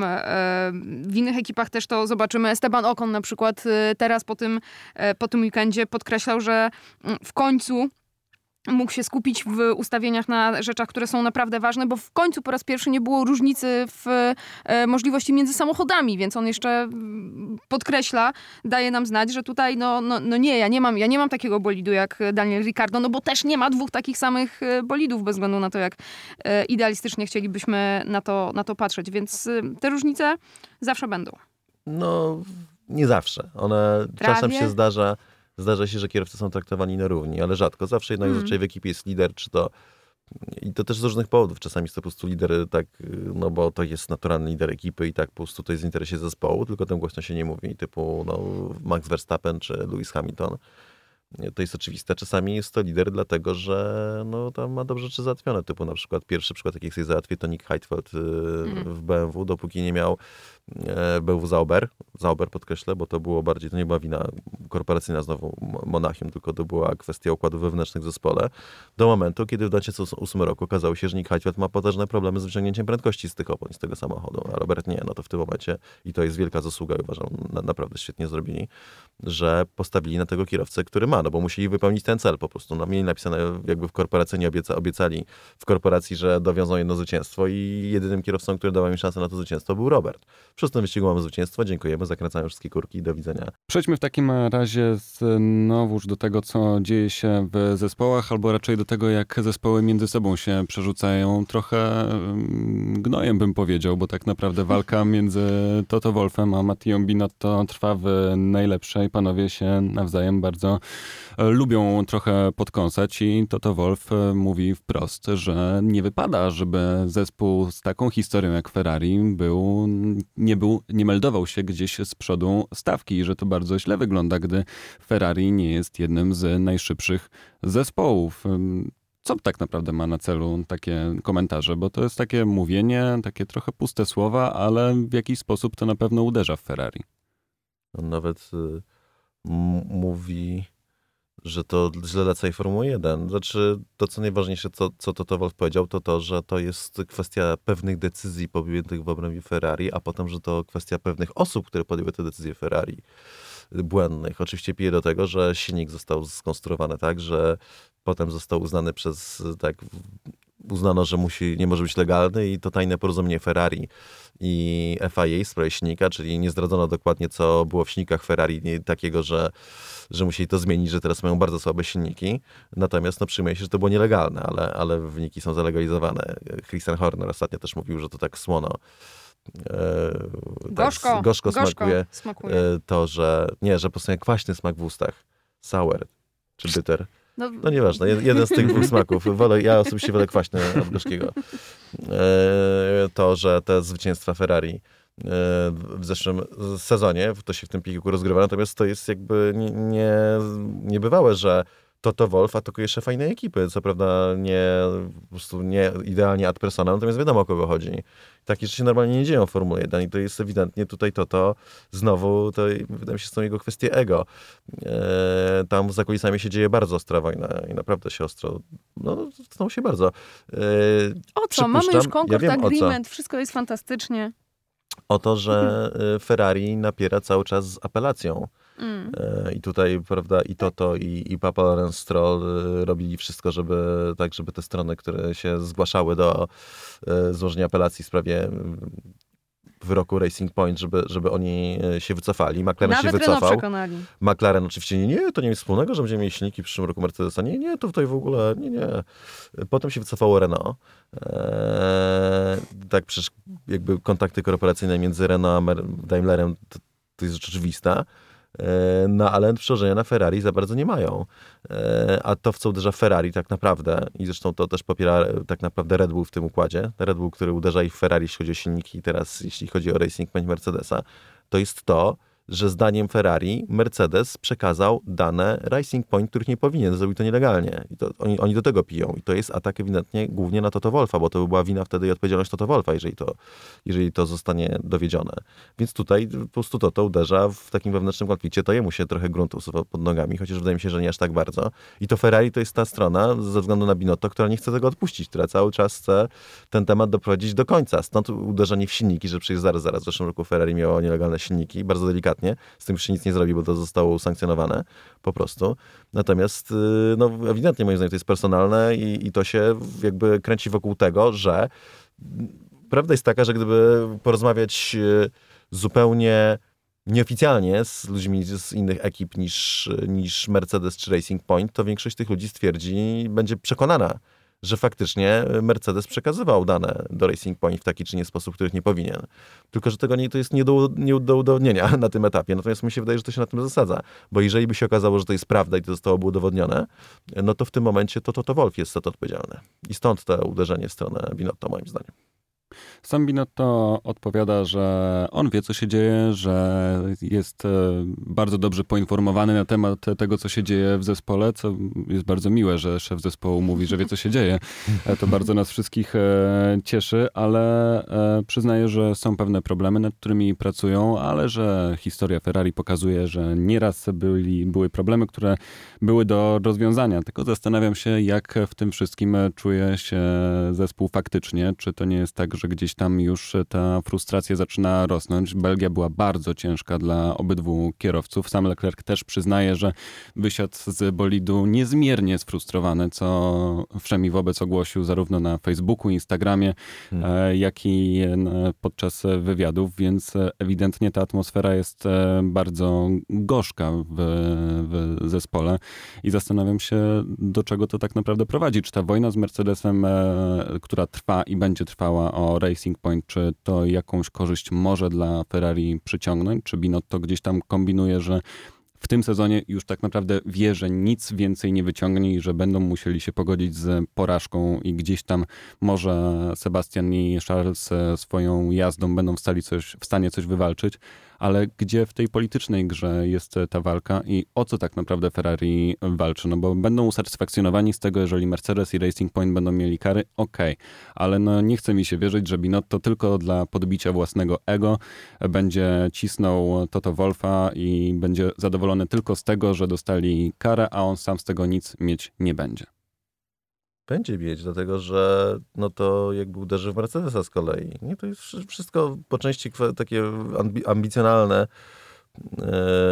W innych ekipach też to zobaczymy. Esteban Ocon na przykład teraz po tym, po tym weekendzie podkreślał, że w końcu mógł się skupić w ustawieniach na rzeczach, które są naprawdę ważne, bo w końcu po raz pierwszy nie było różnicy w e, możliwości między samochodami, więc on jeszcze podkreśla, daje nam znać, że tutaj no, no, no nie, ja nie mam, ja nie mam takiego bolidu jak Daniel Ricciardo, no bo też nie ma dwóch takich samych bolidów, bez względu na to, jak e, idealistycznie chcielibyśmy na to, na to patrzeć, więc e, te różnice zawsze będą. No, nie zawsze. One Prawie? czasem się zdarza, Zdarza się, że kierowcy są traktowani na równi, ale rzadko. Zawsze jednak mm. zazwyczaj w ekipie jest lider, czy to... I to też z różnych powodów. Czasami jest to po prostu lider tak, no bo to jest naturalny lider ekipy i tak po prostu to jest w interesie zespołu, tylko tym głośno się nie mówi. Typu no, Max Verstappen czy Lewis Hamilton. To jest oczywiste. Czasami jest to lider dlatego, że no, tam ma dobrze rzeczy załatwione. Typu na przykład pierwszy przykład, jaki sobie załatwił, to Nick Heidfeld mm. w B M W, dopóki nie miał B M W Sauber. Sauber podkreślę, bo to było bardziej, to nie była wina korporacyjna znowu Monachium, tylko to była kwestia układów wewnętrznych w zespole. Do momentu, kiedy w dwa tysiące ósmym roku okazało się, że Nick Heidfeld ma potężne problemy z wyciągnięciem prędkości z tych opon, z tego samochodu, a Robert nie. No to w tym momencie, i to jest wielka zasługa, uważam, na, naprawdę świetnie zrobili, że postawili na tego kierowcę, który ma, no bo musieli wypełnić ten cel po prostu. No, mieli napisane jakby w korporacji, obieca, obiecali w korporacji, że dowiozą jedno zwycięstwo i jedynym kierowcą, który dał im szansę na to zwycięstwo, był Robert. Przez ten wyścigu mamy zwycięstwo, dziękujemy, zakręcamy wszystkie kurki i do widzenia. Przejdźmy w takim razie znowuż do tego, co dzieje się w zespołach, albo raczej do tego, jak zespoły między sobą się przerzucają. Trochę gnojem bym powiedział, bo tak naprawdę walka między Toto Wolffem a Mattią Binotto trwa w najlepszej. Panowie się nawzajem bardzo lubią trochę podkąsać i Toto Wolff mówi wprost, że nie wypada, żeby zespół z taką historią jak Ferrari był, nie, był, nie meldował się gdzieś z przodu stawki i że to bardzo źle wygląda, gdy Ferrari nie jest jednym z najszybszych zespołów. Co tak naprawdę ma na celu takie komentarze? Bo to jest takie mówienie, takie trochę puste słowa, ale w jakiś sposób to na pewno uderza w Ferrari. On nawet y, m- mówi, że to źle dla całej Formuły jeden. Znaczy, to co najważniejsze, co, co Toto Wolff powiedział, to to, że to jest kwestia pewnych decyzji podjętych w obrębie Ferrari, a potem, że to kwestia pewnych osób, które podjęły te decyzje Ferrari błędnych. Oczywiście pije do tego, że silnik został skonstruowany tak, że potem został uznany przez, tak, uznano, że musi, nie może być legalny i to tajne porozumienie Ferrari i F I A w sprawie silnika, czyli nie zdradzono dokładnie, co było w silnikach Ferrari, nie takiego, że, że musieli to zmienić, że teraz mają bardzo słabe silniki. Natomiast no, przyjmuje się, że to było nielegalne, ale, ale wyniki są zalegalizowane. Christian Horner ostatnio też mówił, że to tak słono. E, gorzko, tak, gorzko, gorzko smakuje, smakuje. E, to, że nie, że po prostu kwaśny smak w ustach. Sour czy bitter. No, no nieważne, jeden z tych dwóch smaków. Wolę, ja osobiście wolę kwaśny od gorzkiego. E, to, że te zwycięstwa Ferrari e, w zeszłym sezonie, to się w tym piku rozgrywa, natomiast to jest jakby nie, nie, niebywałe, że Toto Wolff atakuje szefa innej ekipy. Co prawda nie, po prostu nie idealnie ad personam, natomiast wiadomo, o kogo chodzi. Takie rzeczy się normalnie nie dzieją w Formule jeden i to jest ewidentnie tutaj Toto znowu, to wydaje mi się, są jego kwestie ego. E, tam za kulisami się dzieje bardzo ostra wojna i naprawdę się ostro, no, stało się bardzo. E, o co? Mamy już Concord ja Agreement, wszystko jest fantastycznie. o to, że Ferrari napiera cały czas z apelacją. Mm. I tutaj, prawda, i Toto, i, i Papa Lorenz Stroll robili wszystko, żeby tak, żeby te strony, które się zgłaszały do złożenia apelacji w sprawie wyroku Racing Point, żeby, żeby oni się wycofali. McLaren Nawet się wycofał. przekonali. McLaren oczywiście nie, nie, to nie jest wspólnego, że będziemy mieli silniki w przyszłym roku Mercedesa. Nie, nie, to tutaj w ogóle, nie, nie. Potem się wycofało Renault. Eee, tak przecież jakby kontakty korporacyjne między Renault a Daimlerem to, to jest rzecz oczywista. No ale przełożenia na Ferrari za bardzo nie mają. A to, w co uderza Ferrari tak naprawdę, i zresztą to też popiera tak naprawdę Red Bull w tym układzie, Red Bull, który uderza i w Ferrari, jeśli chodzi o silniki, i teraz jeśli chodzi o Racing Point Mercedesa, to jest to, że zdaniem Ferrari Mercedes przekazał dane Racing Point, których nie powinien, zrobił to nielegalnie. I to oni, oni do tego piją. I to jest atak ewidentnie głównie na Toto Wolffa, bo to by była wina wtedy i odpowiedzialność Toto Wolffa, jeżeli to, jeżeli to zostanie dowiedzione. Więc tutaj po prostu Toto uderza w takim wewnętrznym konflikcie, to jemu się trochę grunt usuwa pod nogami, chociaż wydaje mi się, że nie aż tak bardzo. I to Ferrari to jest ta strona, ze względu na Binotto, która nie chce tego odpuścić, która cały czas chce ten temat doprowadzić do końca. Stąd uderzenie w silniki, że przecież zaraz, zaraz w zeszłym roku Ferrari miało nielegalne silniki, bardzo delikatnie. Z tym już się nic nie zrobi, bo to zostało usankcjonowane po prostu. Natomiast no, ewidentnie moim zdaniem to jest personalne i, i to się jakby kręci wokół tego, że prawda jest taka, że gdyby porozmawiać zupełnie nieoficjalnie z ludźmi z innych ekip niż, niż Mercedes czy Racing Point, to większość tych ludzi stwierdzi, będzie przekonana, że faktycznie Mercedes przekazywał dane do Racing Point w taki czy nie sposób, których nie powinien. Tylko, że tego nie, to jest nie do, nie do udowodnienia na tym etapie. Natomiast mi się wydaje, że to się na tym zasadza. Bo jeżeli by się okazało, że to jest prawda i to zostałoby udowodnione, no to w tym momencie to Toto Wolff jest za to odpowiedzialny. I stąd to uderzenie w stronę Binotto, moim zdaniem. Sam Binotto odpowiada, że on wie, co się dzieje, że jest bardzo dobrze poinformowany na temat tego, co się dzieje w zespole, co jest bardzo miłe, że szef zespołu mówi, że wie, co się dzieje. To bardzo nas wszystkich cieszy, ale przyznaje, że są pewne problemy, nad którymi pracują, ale że historia Ferrari pokazuje, że nieraz byli, były problemy, które były do rozwiązania. Tylko zastanawiam się, jak w tym wszystkim czuje się zespół faktycznie. Czy to nie jest tak, że gdzieś tam już ta frustracja zaczyna rosnąć. Belgia była bardzo ciężka dla obydwu kierowców. Sam Leclerc też przyznaje, że wysiadł z bolidu niezmiernie sfrustrowany, co wszemi wobec ogłosił zarówno na Facebooku, Instagramie, hmm. jak i podczas wywiadów, więc ewidentnie ta atmosfera jest bardzo gorzka w, w zespole i zastanawiam się, do czego to tak naprawdę prowadzi. Czy ta wojna z Mercedesem, która trwa i będzie trwała o Racing Point, czy to jakąś korzyść może dla Ferrari przyciągnąć? Czy Binotto gdzieś tam kombinuje, że w tym sezonie już tak naprawdę wie, że nic więcej nie wyciągnie i że będą musieli się pogodzić z porażką i gdzieś tam może Sebastian i Charles swoją jazdą będą w, stali coś, w stanie coś wywalczyć, ale gdzie w tej politycznej grze jest ta walka i o co tak naprawdę Ferrari walczy? No bo będą usatysfakcjonowani z tego, jeżeli Mercedes i Racing Point będą mieli kary, okej, okay. Ale no nie chce mi się wierzyć, że Binotto tylko dla podbicia własnego ego będzie cisnął Toto Wolffa i będzie zadowolony tylko z tego, że dostali karę, a on sam z tego nic mieć nie będzie. Będzie mieć, dlatego że no to jakby uderzy w Mercedesa z kolei. Nie, to jest wszystko po części takie ambi- ambicjonalne e,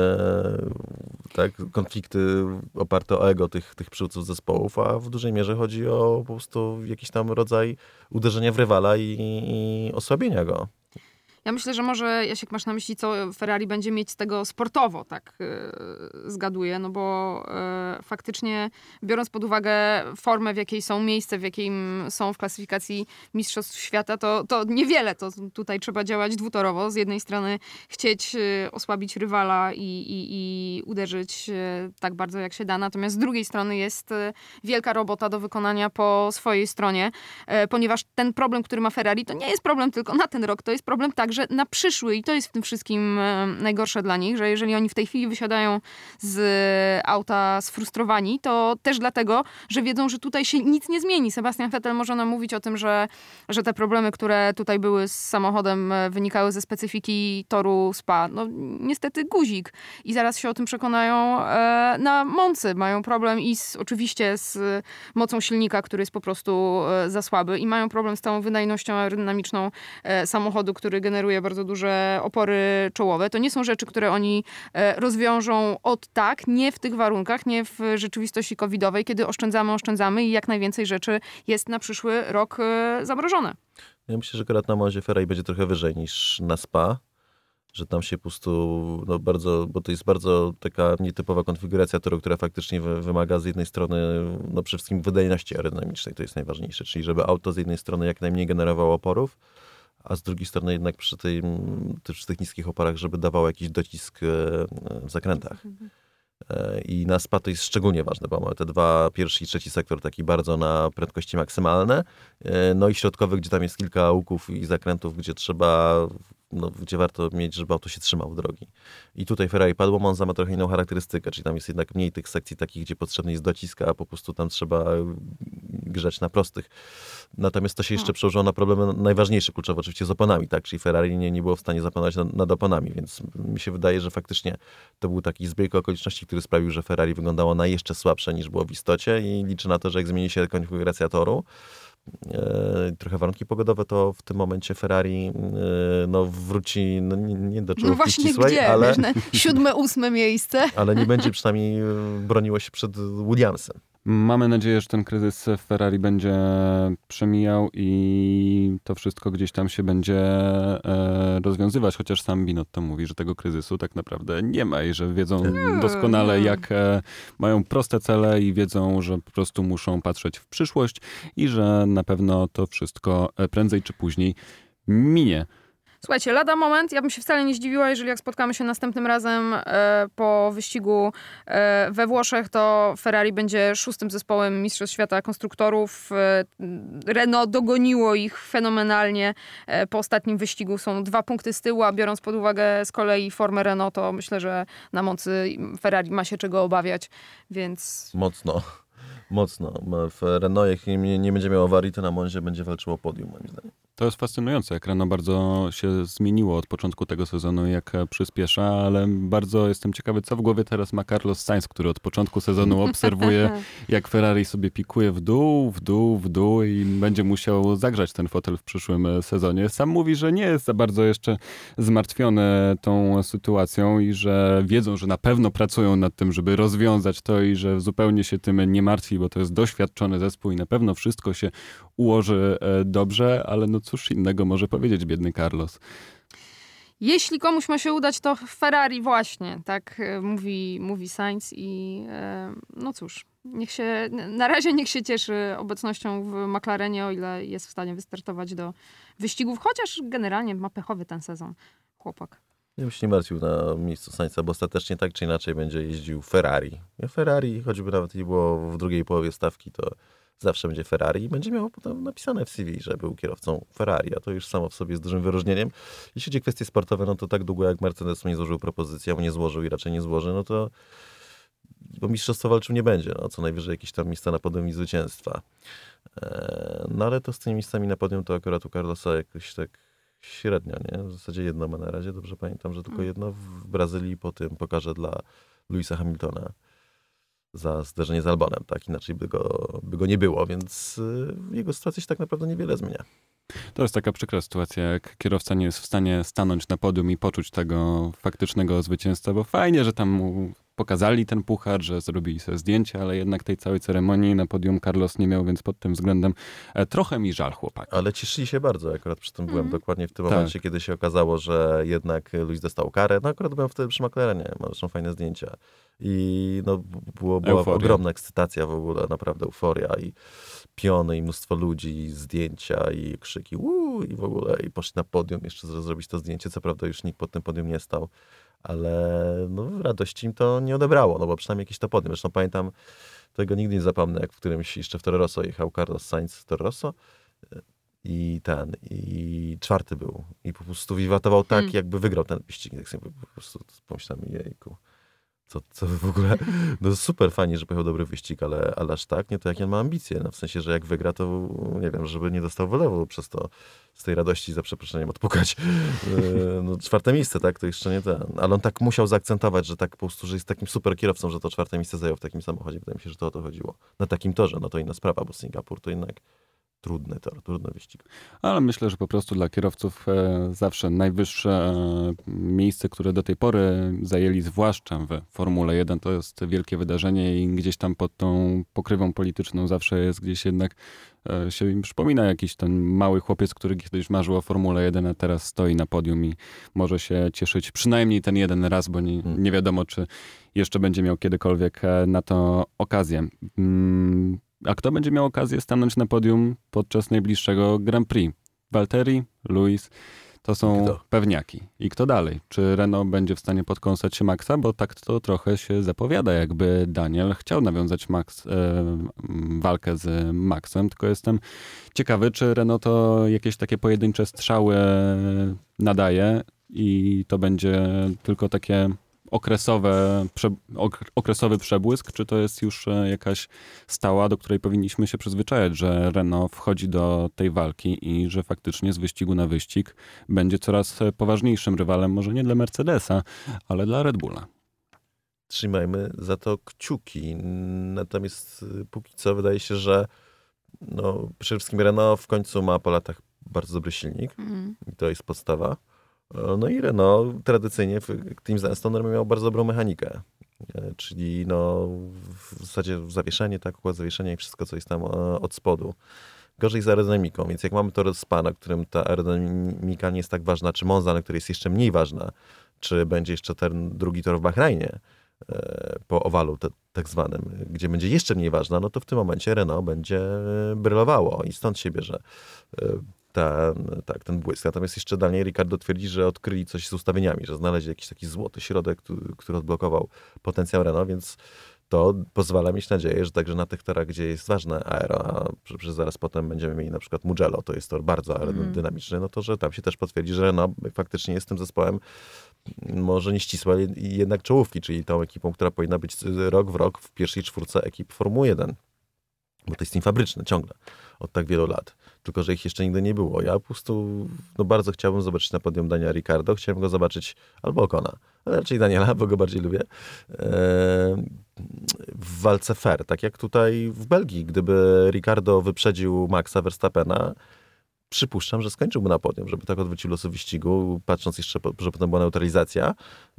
tak, konflikty oparte o ego tych, tych przywódców zespołów, a w dużej mierze chodzi o po prostu jakiś tam rodzaj uderzenia w rywala i, i osłabienia go. Ja myślę, że może, Jasiek, masz na myśli, co Ferrari będzie mieć z tego sportowo, tak yy, zgaduję, no bo yy, faktycznie biorąc pod uwagę formę, w jakiej są, miejsce, w jakim są w klasyfikacji Mistrzostw Świata, to, to niewiele, to tutaj trzeba działać dwutorowo. Z jednej strony chcieć yy, osłabić rywala i, i, i uderzyć yy, tak bardzo, jak się da, natomiast z drugiej strony jest yy, wielka robota do wykonania po swojej stronie, yy, ponieważ ten problem, który ma Ferrari, to nie jest problem tylko na ten rok, to jest problem także na przyszły i to jest w tym wszystkim najgorsze dla nich, że jeżeli oni w tej chwili wysiadają z auta sfrustrowani, to też dlatego, że wiedzą, że tutaj się nic nie zmieni. Sebastian Vettel może nam mówić o tym, że, że te problemy, które tutaj były z samochodem, wynikały ze specyfiki toru Spa. No niestety guzik. I zaraz się o tym przekonają e, na Moncy. Mają problem i z, oczywiście z mocą silnika, który jest po prostu e, za słaby i mają problem z całą wydajnością aerodynamiczną e, samochodu, który generuje generuje bardzo duże opory czołowe. To nie są rzeczy, które oni rozwiążą od tak, nie w tych warunkach, nie w rzeczywistości covidowej, kiedy oszczędzamy, oszczędzamy i jak najwięcej rzeczy jest na przyszły rok zamrożone. Ja myślę, że akurat na Monzie Ferrari będzie trochę wyżej niż na Spa, że tam się po prostu, no bardzo, bo to jest bardzo taka nietypowa konfiguracja toru, która faktycznie wy, wymaga z jednej strony, no przede wszystkim wydajności aerodynamicznej, to jest najważniejsze, czyli żeby auto z jednej strony jak najmniej generowało oporów, a z drugiej strony jednak przy, tej, przy tych niskich oporach, żeby dawało jakiś docisk w zakrętach. I na Spa to jest szczególnie ważne, bo mamy te dwa, pierwszy i trzeci sektor taki bardzo na prędkości maksymalne, no i środkowy, gdzie tam jest kilka łuków i zakrętów, gdzie trzeba, no, gdzie warto mieć, żeby auto się trzymało drogi. I tutaj Ferrari padło, Monza ma trochę inną charakterystykę, czyli tam jest jednak mniej tych sekcji takich, gdzie potrzebny jest docisk, a po prostu tam trzeba grzać na prostych. Natomiast to się jeszcze przełożyło na problemy najważniejsze, kluczowe oczywiście z oponami, tak? Czyli Ferrari nie, nie było w stanie zapanować nad, nad oponami, więc mi się wydaje, że faktycznie to był taki zbieg okoliczności, który sprawił, że Ferrari wyglądało na jeszcze słabsze niż było w istocie i liczę na to, że jak zmieni się konfiguracja toru, e, trochę warunki pogodowe, to w tym momencie Ferrari e, no, wróci no, nie, nie do czołówki no właśnie ścisłej, gdzie? ale, Wiesz, na siódme, ósme miejsce. ale nie będzie przynajmniej broniło się przed Williamsem. Mamy nadzieję, że ten kryzys w Ferrari będzie przemijał i to wszystko gdzieś tam się będzie e, rozwiązywać, chociaż sam Binotto mówi, że tego kryzysu tak naprawdę nie ma i że wiedzą doskonale, jak e, mają proste cele i wiedzą, że po prostu muszą patrzeć w przyszłość i że na pewno to wszystko prędzej czy później minie. Słuchajcie, lada moment, ja bym się wcale nie zdziwiła, jeżeli jak spotkamy się następnym razem e, po wyścigu e, we Włoszech, to Ferrari będzie szóstym zespołem Mistrzostw Świata Konstruktorów. E, Renault dogoniło ich fenomenalnie e, po ostatnim wyścigu. Są dwa punkty z tyłu, a biorąc pod uwagę z kolei formę Renault, to myślę, że na mocy Ferrari ma się czego obawiać, więc... Mocno. Mocno. W Renault, jak nie, nie będzie miał awarii, to na Monzie będzie walczyło o podium, moim zdaniem. To jest fascynujące, jak Renault bardzo się zmieniło od początku tego sezonu, jak przyspiesza, ale bardzo jestem ciekawy, co w głowie teraz ma Carlos Sainz, który od początku sezonu obserwuje, jak Ferrari sobie pikuje w dół, w dół, w dół i będzie musiał zagrzać ten fotel w przyszłym sezonie. Sam mówi, że nie jest za bardzo jeszcze zmartwiony tą sytuacją i że wiedzą, że na pewno pracują nad tym, żeby rozwiązać to i że zupełnie się tym nie martwi, bo to jest doświadczony zespół i na pewno wszystko się ułoży dobrze, ale no cóż innego może powiedzieć biedny Carlos. Jeśli komuś ma się udać, to Ferrari właśnie, tak mówi, mówi Sainz i no cóż, niech się, na razie niech się cieszy obecnością w McLarenie, o ile jest w stanie wystartować do wyścigów, chociaż generalnie ma pechowy ten sezon chłopak. Ja bym się nie martwił na miejscu Sainza, bo ostatecznie tak czy inaczej będzie jeździł Ferrari. Ferrari, choćby nawet nie było w drugiej połowie stawki, to zawsze będzie Ferrari i będzie miało potem napisane w C V, że był kierowcą Ferrari, a to już samo w sobie jest dużym wyróżnieniem. Jeśli chodzi o kwestie sportowe, no to tak długo jak Mercedes nie złożył propozycji, a nie złożył i raczej nie złoży, no to bo mistrzostwo walczył nie będzie, no co najwyżej jakieś tam miejsca na podium i zwycięstwa. No ale to z tymi miejscami na podium to akurat u Carlosa jakoś tak średnio, nie? W zasadzie jedno ma na razie, dobrze pamiętam, że tylko jedno w Brazylii po tym pokaże dla Lewisa Hamiltona za zderzenie z Albonem, tak? Inaczej by go, by go nie było, więc jego sytuacja się tak naprawdę niewiele zmienia. To jest taka przykra sytuacja, jak kierowca nie jest w stanie stanąć na podium i poczuć tego faktycznego zwycięstwa, bo fajnie, że tam mu pokazali ten puchar, że zrobili sobie zdjęcie, ale jednak tej całej ceremonii na podium Carlos nie miał, więc pod tym względem e, trochę mi żal chłopak. Ale cieszyli się bardzo, akurat przy tym byłem mm. dokładnie w tym tak. momencie, kiedy się okazało, że jednak Lewis dostał karę. No akurat byłem wtedy przy McLarenie, zresztą fajne zdjęcia. I no, było, była euforia. Ogromna ekscytacja w ogóle, naprawdę euforia i piony i mnóstwo ludzi, i zdjęcia i krzyki uuu, i w ogóle i poszli na podium jeszcze zrobić to zdjęcie. Co prawda już nikt pod tym podium nie stał, ale no, radości im to nie odebrało, no bo przynajmniej jakieś to podium. Zresztą pamiętam, tego nigdy nie zapomnę, jak w którymś jeszcze w Toro Rosso jechał Carlos Sainz w Toro Rosso i ten, i czwarty był. I po prostu wiwatował tak, hmm. jakby wygrał ten wyścig. Tak sobie po prostu pomyślałem, jejku. Co, co w ogóle, no super fajnie, że pojechał dobry wyścig, ale, ale aż tak, nie to jak on ma ambicje, no w sensie, że jak wygra, to nie wiem, żeby nie dostał wylewu przez to, z tej radości, za przeproszeniem, odpukać. No czwarte miejsce, tak, to jeszcze nie ten, ale on tak musiał zaakcentować, że tak po prostu, że jest takim super kierowcą, że to czwarte miejsce zajął w takim samochodzie, wydaje mi się, że to o to chodziło. Na takim torze, no to inna sprawa, bo Singapur to jednak trudny tor, trudny wyścig. Ale myślę, że po prostu dla kierowców e, zawsze najwyższe e, miejsce, które do tej pory zajęli, zwłaszcza w Formule jeden, to jest wielkie wydarzenie i gdzieś tam pod tą pokrywą polityczną zawsze jest gdzieś jednak e, się im przypomina jakiś ten mały chłopiec, który kiedyś marzył o Formule jeden, a teraz stoi na podium i może się cieszyć przynajmniej ten jeden raz, bo nie, nie wiadomo, czy jeszcze będzie miał kiedykolwiek na to okazję. Mm, A kto będzie miał okazję stanąć na podium podczas najbliższego Grand Prix? Valtteri, Lewis, to są Kto? pewniaki. I kto dalej? Czy Renault będzie w stanie podkąsać się Maxa? Bo tak to trochę się zapowiada, jakby Daniel chciał nawiązać Max, e, walkę z Maxem, tylko jestem ciekawy, czy Renault to jakieś takie pojedyncze strzały nadaje i to będzie tylko takie okresowe, prze, ok, okresowy przebłysk, czy to jest już jakaś stała, do której powinniśmy się przyzwyczajać, że Renault wchodzi do tej walki i że faktycznie z wyścigu na wyścig będzie coraz poważniejszym rywalem, może nie dla Mercedesa, ale dla Red Bulla. Trzymajmy za to kciuki. Natomiast póki co wydaje się, że no, przede wszystkim Renault w końcu ma po latach bardzo dobry silnik. Mm. I to jest podstawa. No i Renault tradycyjnie w Team Zenstoner miał bardzo dobrą mechanikę. Czyli no, w zasadzie zawieszenie, tak, układ zawieszenia i wszystko, co jest tam od spodu. Gorzej z aerodynamiką, więc jak mamy tor Spa, na którym ta aerodynamika nie jest tak ważna, czy Monza, na której jest jeszcze mniej ważna, czy będzie jeszcze ten drugi tor w Bahrajnie, po owalu te, tak zwanym, gdzie będzie jeszcze mniej ważna, no to w tym momencie Renault będzie brylowało i stąd się bierze ta, tak, ten błysk. Natomiast jeszcze Daniel Ricciardo twierdzi, że odkryli coś z ustawieniami, że znaleźli jakiś taki złoty środek, który, który odblokował potencjał Renault, więc to pozwala mieć nadzieję, że także na tych torach, gdzie jest ważne aero, a przecież zaraz potem będziemy mieli na przykład Mugello, to jest tor bardzo aerodynamiczny, no to że tam się też potwierdzi, że Renault faktycznie jest tym zespołem może nie ścisłe, ale jednak czołówki, czyli tą ekipą, która powinna być rok w rok w pierwszej czwórce ekip Formuły jeden. Bo to jest team fabryczny ciągle, od tak wielu lat. Tylko że ich jeszcze nigdy nie było. Ja po prostu no bardzo chciałbym zobaczyć na podium Daniela Ricciardo. Chciałem go zobaczyć albo Ocona, ale raczej Daniela, bo go bardziej lubię. W walce fair, tak jak tutaj w Belgii. Gdyby Ricciardo wyprzedził Maxa Verstappena, przypuszczam, że skończyłby na podium, żeby tak odwrócił losy wyścigu, patrząc jeszcze, że potem była neutralizacja,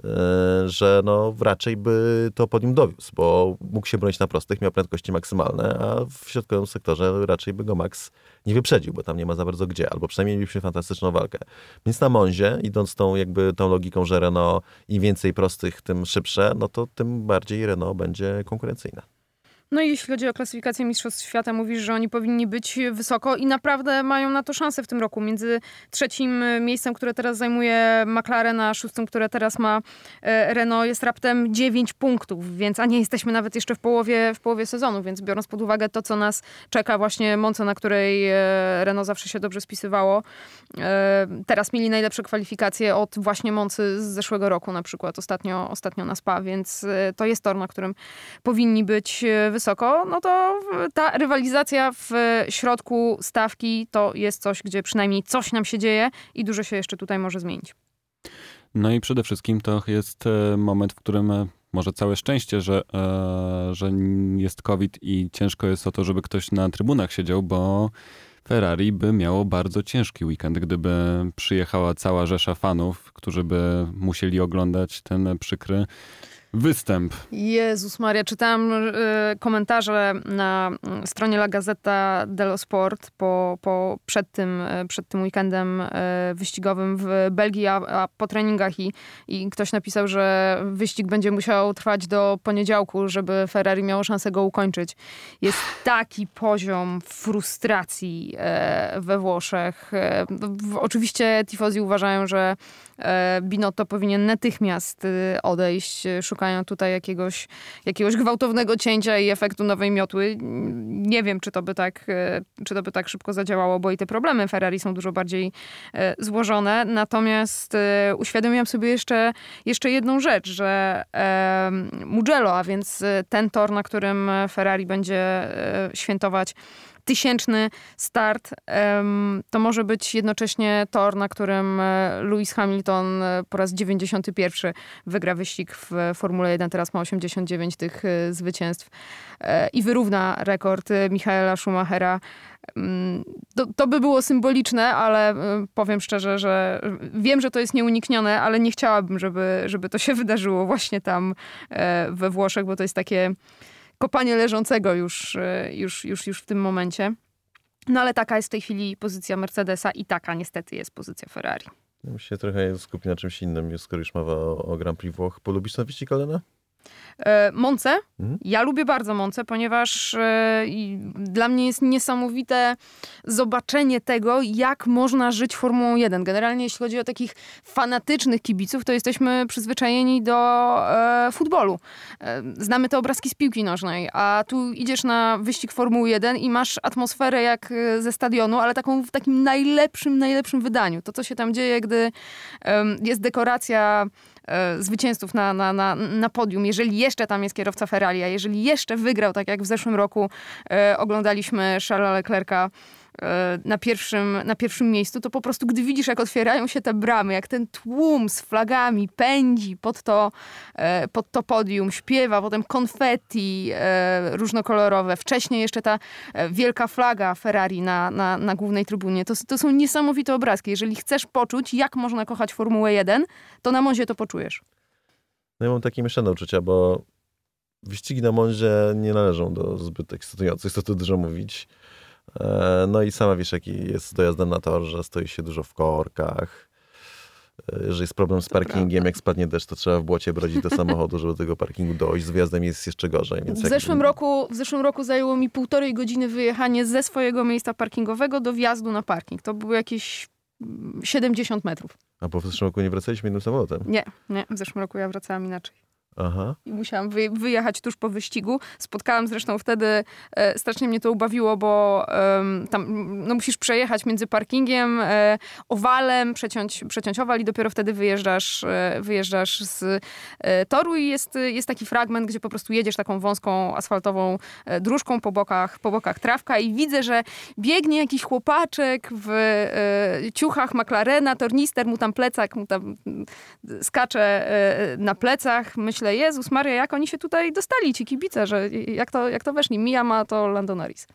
że no raczej by to podium dowiózł, bo mógł się bronić na prostych, miał prędkości maksymalne, a w środkowym sektorze raczej by go Max nie wyprzedził, bo tam nie ma za bardzo gdzie, albo przynajmniej mieliśmy fantastyczną walkę. Więc na Monzie, idąc tą jakby tą logiką, że Renault im więcej prostych, tym szybsze, no to tym bardziej Renault będzie konkurencyjna. No i jeśli chodzi o klasyfikację Mistrzostw Świata, mówisz, że oni powinni być wysoko i naprawdę mają na to szansę w tym roku. Między trzecim miejscem, które teraz zajmuje McLaren, a szóstym, które teraz ma Renault, jest raptem dziewięć punktów, więc a nie jesteśmy nawet jeszcze w połowie, w połowie sezonu, więc biorąc pod uwagę to, co nas czeka, właśnie Monza, na której Renault zawsze się dobrze spisywało. Teraz mieli najlepsze kwalifikacje od właśnie Moncy z zeszłego roku, na przykład ostatnio, ostatnio na Spa, więc to jest tor, na którym powinni być wysoko, no to ta rywalizacja w środku stawki to jest coś, gdzie przynajmniej coś nam się dzieje i dużo się jeszcze tutaj może zmienić. No i przede wszystkim to jest moment, w którym może całe szczęście, że, że jest COVID i ciężko jest o to, żeby ktoś na trybunach siedział, bo Ferrari by miało bardzo ciężki weekend, gdyby przyjechała cała rzesza fanów, którzy by musieli oglądać ten przykry występ. Jezus Maria, czytałam y, komentarze na stronie La Gazzetta dello Sport po, po, przed, tym, przed tym weekendem y, wyścigowym w Belgii, a, a po treningach i, i ktoś napisał, że wyścig będzie musiał trwać do poniedziałku, żeby Ferrari miało szansę go ukończyć. Jest taki poziom frustracji y, we Włoszech. Y, oczywiście tifosi uważają, że Binotto powinien natychmiast odejść. Szukają tutaj jakiegoś, jakiegoś gwałtownego cięcia i efektu nowej miotły. Nie wiem, czy to by tak, czy to by tak szybko zadziałało, bo i te problemy Ferrari są dużo bardziej złożone. Natomiast uświadomiłam sobie jeszcze, jeszcze jedną rzecz, że Mugello, a więc ten tor, na którym Ferrari będzie świętować tysięczny start, to może być jednocześnie tor, na którym Lewis Hamilton po raz dziewięćdziesiąty pierwszy wygra wyścig w Formule jeden. Teraz ma osiemdziesiąt dziewięć tych zwycięstw i wyrówna rekord Michaela Schumachera. To, to by było symboliczne, ale powiem szczerze, że wiem, że to jest nieuniknione, ale nie chciałabym, żeby, żeby to się wydarzyło właśnie tam we Włoszech, bo to jest takie kopanie leżącego już, już, już, już w tym momencie. No ale taka jest w tej chwili pozycja Mercedesa i taka niestety jest pozycja Ferrari. Ja się trochę skupię na czymś innym, skoro już mowa o, o Grand Prix Włoch. Polubisz ten wyścig, Alena? Monce. Mhm. Ja lubię bardzo Monce, ponieważ e, dla mnie jest niesamowite zobaczenie tego, jak można żyć Formułą jeden. Generalnie jeśli chodzi o takich fanatycznych kibiców, to jesteśmy przyzwyczajeni do e, futbolu. E, znamy te obrazki z piłki nożnej, a tu idziesz na wyścig Formuły jeden i masz atmosferę jak ze stadionu, ale taką w takim najlepszym, najlepszym wydaniu. To, co się tam dzieje, gdy e, jest dekoracja zwycięzców na, na, na, na podium, jeżeli jeszcze tam jest kierowca Ferrari, a jeżeli jeszcze wygrał, tak jak w zeszłym roku e, oglądaliśmy Charlesa Leclerca e, na, pierwszym, na pierwszym miejscu, to po prostu gdy widzisz, jak otwierają się te bramy, jak ten tłum z flagami pędzi pod to, e, pod to podium, śpiewa, potem konfetti e, różnokolorowe, wcześniej jeszcze ta e, wielka flaga Ferrari na, na, na głównej trybunie. To, to są niesamowite obrazki. Jeżeli chcesz poczuć, jak można kochać Formułę jeden, to na Monzie to poczujesz. No ja mam takie mieszane uczucia, bo wyścigi na Monzie nie należą do zbyt ekscytujących, co tu dużo mówić. No i sama wiesz, jaki jest dojazdem na tor, że stoi się dużo w korkach, że jest problem z parkingiem, jak spadnie deszcz, to trzeba w błocie brodzić do samochodu, żeby do tego parkingu dojść. Z wyjazdem jest jeszcze gorzej. Więc w, jak... zeszłym roku, w zeszłym roku zajęło mi półtorej godziny wyjechanie ze swojego miejsca parkingowego do wjazdu na parking. To było jakieś siedemdziesiąt metrów. A bo w zeszłym roku nie wracaliśmy innym samolotem? Nie, nie. W zeszłym roku ja wracałam inaczej. Aha. I musiałam wy, wyjechać tuż po wyścigu. Spotkałam zresztą wtedy, e, strasznie mnie to ubawiło, bo e, tam no, musisz przejechać między parkingiem, e, owalem, przeciąć, przeciąć owal i dopiero wtedy wyjeżdżasz, e, wyjeżdżasz z e, toru i jest, jest taki fragment, gdzie po prostu jedziesz taką wąską, asfaltową e, dróżką, po bokach, po bokach trawka i widzę, że biegnie jakiś chłopaczek w e, ciuchach McLarena, tornister mu tam plecak, mu tam skacze e, na plecach. Myślę, Jezus Maria, jak oni się tutaj dostali, ci kibice, że jak to, jak to weszli. Mia ma to Lando Norris.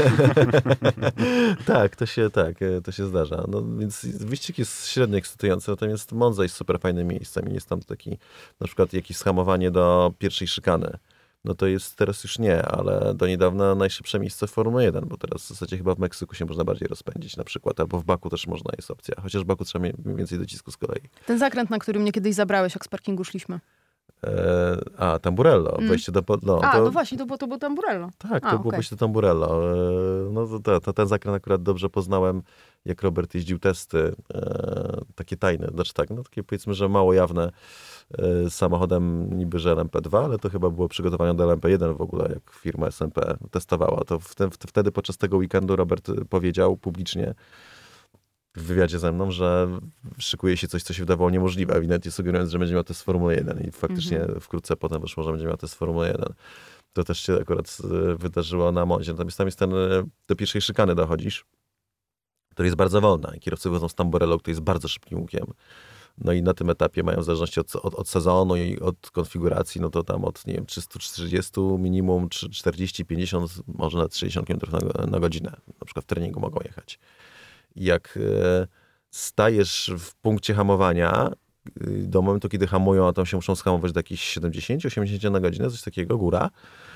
tak, to się, tak, to się zdarza. No, więc wyścig jest średnio ekscytujący, natomiast Monza jest super fajnym miejscem. Jest tam taki, na przykład jakieś schamowanie do pierwszej szykany. No to jest teraz już nie, ale do niedawna najszybsze miejsce w Formule jeden, bo teraz w zasadzie chyba w Meksyku się można bardziej rozpędzić na przykład, albo w Baku też można, jest opcja. Chociaż w Baku trzeba mieć więcej docisku z kolei. Ten zakręt, na który mnie kiedyś zabrałeś, jak z parkingu szliśmy. E, a, Tamburello, mm. wejście do... No, a, to, no właśnie, to było, to było Tamburello. Tak, to a, było okay. wejście do Tamburello. E, no to, to, to ten zakręt akurat dobrze poznałem, jak Robert jeździł testy, e, takie tajne, znaczy tak, no takie powiedzmy, że mało jawne, e, samochodem niby, że L M P dwa, ale to chyba było przygotowane do L M P jeden w ogóle, jak firma S M P testowała. To w te, w, wtedy podczas tego weekendu Robert powiedział publicznie w wywiadzie ze mną, że szykuje się coś, co się wydawało niemożliwe, ewidentnie sugerując, że będzie miał test Formuły jeden i faktycznie mm-hmm. wkrótce potem wyszło, że będzie miał test Formuły jeden. To też się akurat wydarzyło na Monzie. Natomiast tam jest ten, do pierwszej szykany dochodzisz, która jest bardzo wolna i kierowcy wychodzą z Tamburello, który jest bardzo szybkim łukiem. No i na tym etapie mają w zależności od, od, od sezonu i od konfiguracji, no to tam od, nie wiem, trzysta czterdzieści minimum, czterdzieści, pięćdziesiąt, może nawet sześćdziesiąt kilometrów na, na godzinę. Na przykład w treningu mogą jechać. Jak e, stajesz w punkcie hamowania, e, do momentu, kiedy hamują, a tam się muszą schamować do jakichś siedemdziesiąt, osiemdziesiąt na godzinę, coś takiego, góra,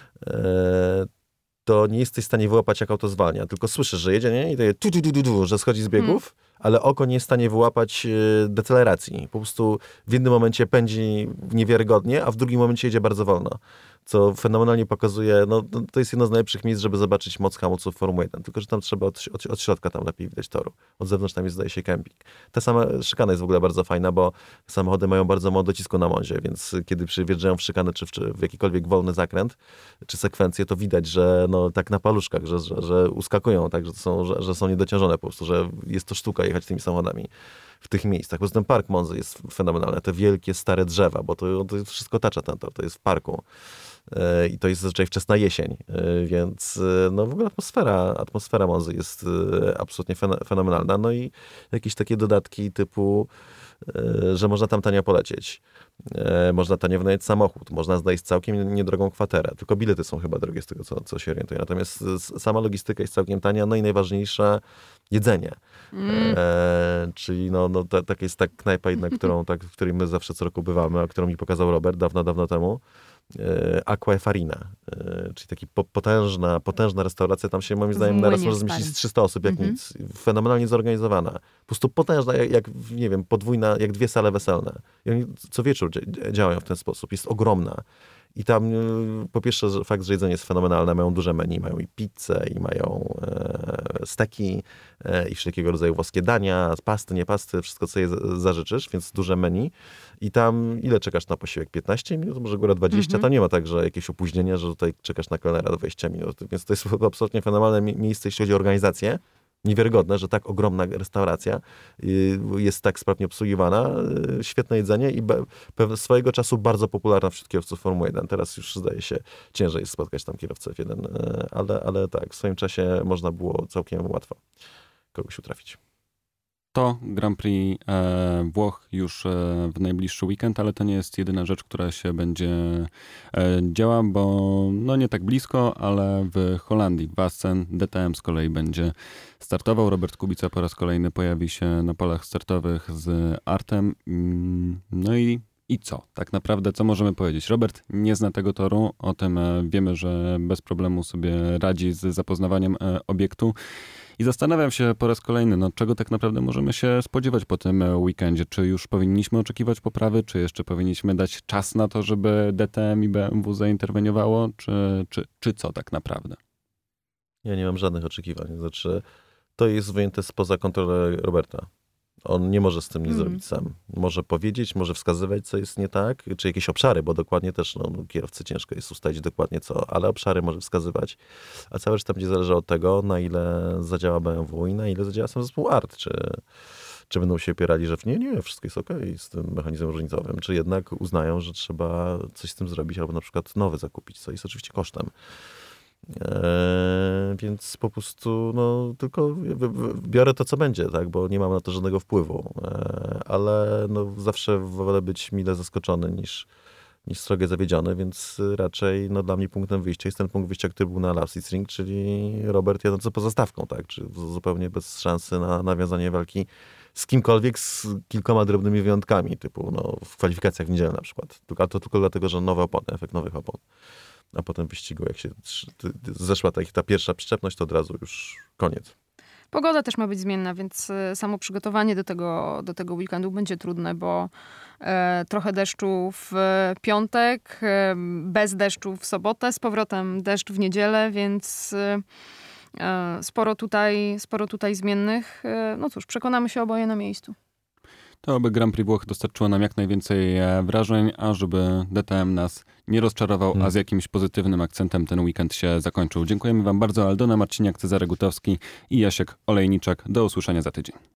e, to nie jesteś w stanie wyłapać, jak auto zwalnia. Tylko słyszysz, że jedzie, nie? I to jest tu, tu, tu, tu, tu, że schodzi z biegów, hmm. ale oko nie jest w stanie wyłapać e, deceleracji. Po prostu w jednym momencie pędzi niewiarygodnie, a w drugim momencie jedzie bardzo wolno. Co fenomenalnie pokazuje, no to jest jedno z najlepszych miejsc, żeby zobaczyć moc hamulców Formuły jeden. Tylko że tam trzeba od, od, od środka tam lepiej widać toru. Od zewnątrz tam jest, zdaje się, kemping. Ta sama szykana jest w ogóle bardzo fajna, bo samochody mają bardzo mało docisku na Monzie, więc kiedy przyjeżdżają w szykanę, czy w, czy w jakikolwiek wolny zakręt, czy sekwencję, to widać, że no tak na paluszkach, że, że, że uskakują, tak, że są, że, że są niedociążone po prostu, że jest to sztuka jechać tymi samochodami w tych miejscach. Poza tym park Monzy jest fenomenalny. Te wielkie, stare drzewa, bo to, to wszystko otacza ten tor, to jest w parku. I to jest zazwyczaj wczesna jesień, więc no w ogóle atmosfera, atmosfera Monzy jest absolutnie fenomenalna. No i jakieś takie dodatki typu że można tam tanio polecieć. Można tanio wynająć samochód, można znaleźć całkiem niedrogą kwaterę. Tylko bilety są chyba drogie z tego, co, co się orientuję. Natomiast sama logistyka jest całkiem tania, no i najważniejsze jedzenie. Mm. E, czyli no, no ta, tak jest ta knajpa jedna, którą, tak, w której my zawsze co roku bywamy, a którą mi pokazał Robert dawno, dawno temu. Aqua e Farina, e, czyli taka potężna, potężna restauracja. Tam się moim zdaniem naraz może zmieścić z trzysta osób, jak mm-hmm. nic. Fenomenalnie zorganizowana. Po prostu potężna, jak, jak nie wiem, podwójna, jak dwie sale weselne. I oni co wieczór działają w ten sposób. Jest ogromna. I tam po pierwsze fakt, że jedzenie jest fenomenalne, mają duże menu, mają i pizzę, i mają e, steki, e, i wszelkiego rodzaju włoskie dania, pasty, nie pasty, wszystko co je zażyczysz, więc duże menu. I tam ile czekasz na posiłek? piętnaście minut, może góra dwadzieścia? Mm-hmm. Tam nie ma tak, że jakieś opóźnienia, że tutaj czekasz na kelnera dwadzieścia minut. Więc to jest absolutnie fenomenalne miejsce, jeśli chodzi o organizację. Niewiarygodne, że tak ogromna restauracja jest tak sprawnie obsługiwana, świetne jedzenie i swojego czasu bardzo popularna wśród kierowców Formuły jeden. Teraz już zdaje się ciężej jest spotkać tam kierowcę F jeden, ale, ale tak, w swoim czasie można było całkiem łatwo kogoś utrafić. To Grand Prix e, Włoch już e, w najbliższy weekend, ale to nie jest jedyna rzecz, która się będzie e, działa, bo no nie tak blisko, ale w Holandii, w Assen, D T M z kolei będzie startował. Robert Kubica po raz kolejny pojawi się na polach startowych z Artem. No i I co? Tak naprawdę, co możemy powiedzieć? Robert nie zna tego toru, o tym wiemy, że bez problemu sobie radzi z zapoznawaniem obiektu. I zastanawiam się po raz kolejny, no czego tak naprawdę możemy się spodziewać po tym weekendzie? Czy już powinniśmy oczekiwać poprawy, czy jeszcze powinniśmy dać czas na to, żeby D T M i B M W zainterweniowało, czy, czy, czy co tak naprawdę? Ja nie mam żadnych oczekiwań. Znaczy, to jest wyjęte spoza kontroli Roberta. On nie może z tym nic mm. zrobić sam. Może powiedzieć, może wskazywać, co jest nie tak, czy jakieś obszary, bo dokładnie też no, kierowcy ciężko jest ustalić dokładnie co, ale obszary może wskazywać, a cały reszta będzie zależała od tego, na ile zadziała B M W i na ile zadziała sam zespół A R T, czy, czy będą się opierali, że nie, nie, wszystko jest okej okay z tym mechanizmem różnicowym, czy jednak uznają, że trzeba coś z tym zrobić, albo na przykład nowy zakupić, co jest oczywiście kosztem. Eee, więc po prostu no, tylko biorę to, co będzie, tak, bo nie mam na to żadnego wpływu. Eee, ale no, zawsze wolę być mile zaskoczony niż, niż srogo zawiedziony, więc raczej no, dla mnie punktem wyjścia jest ten punkt wyjścia, który był na Lausitzring, czyli Robert jadący poza stawką, tak, czy zupełnie bez szansy na nawiązanie walki z kimkolwiek, z kilkoma drobnymi wyjątkami, typu no, w kwalifikacjach w niedzielę na przykład. Tylko, a to tylko dlatego, że nowe opony, efekt nowych opon. A potem w wyścigu, jak się zeszła ta, ta pierwsza przyczepność, to od razu już koniec. Pogoda też ma być zmienna, więc samo przygotowanie do tego, do tego weekendu będzie trudne, bo e, trochę deszczu w piątek, e, bez deszczu w sobotę, z powrotem deszcz w niedzielę, więc e, sporo tutaj, sporo tutaj zmiennych. E, no cóż, przekonamy się oboje na miejscu. To aby Grand Prix Włoch dostarczyło nam jak najwięcej wrażeń, a żeby D T M nas nie rozczarował, hmm. a z jakimś pozytywnym akcentem ten weekend się zakończył. Dziękujemy wam bardzo. Aldona Marciniak, Cezary Gutowski i Jasiek Olejniczak. Do usłyszenia za tydzień.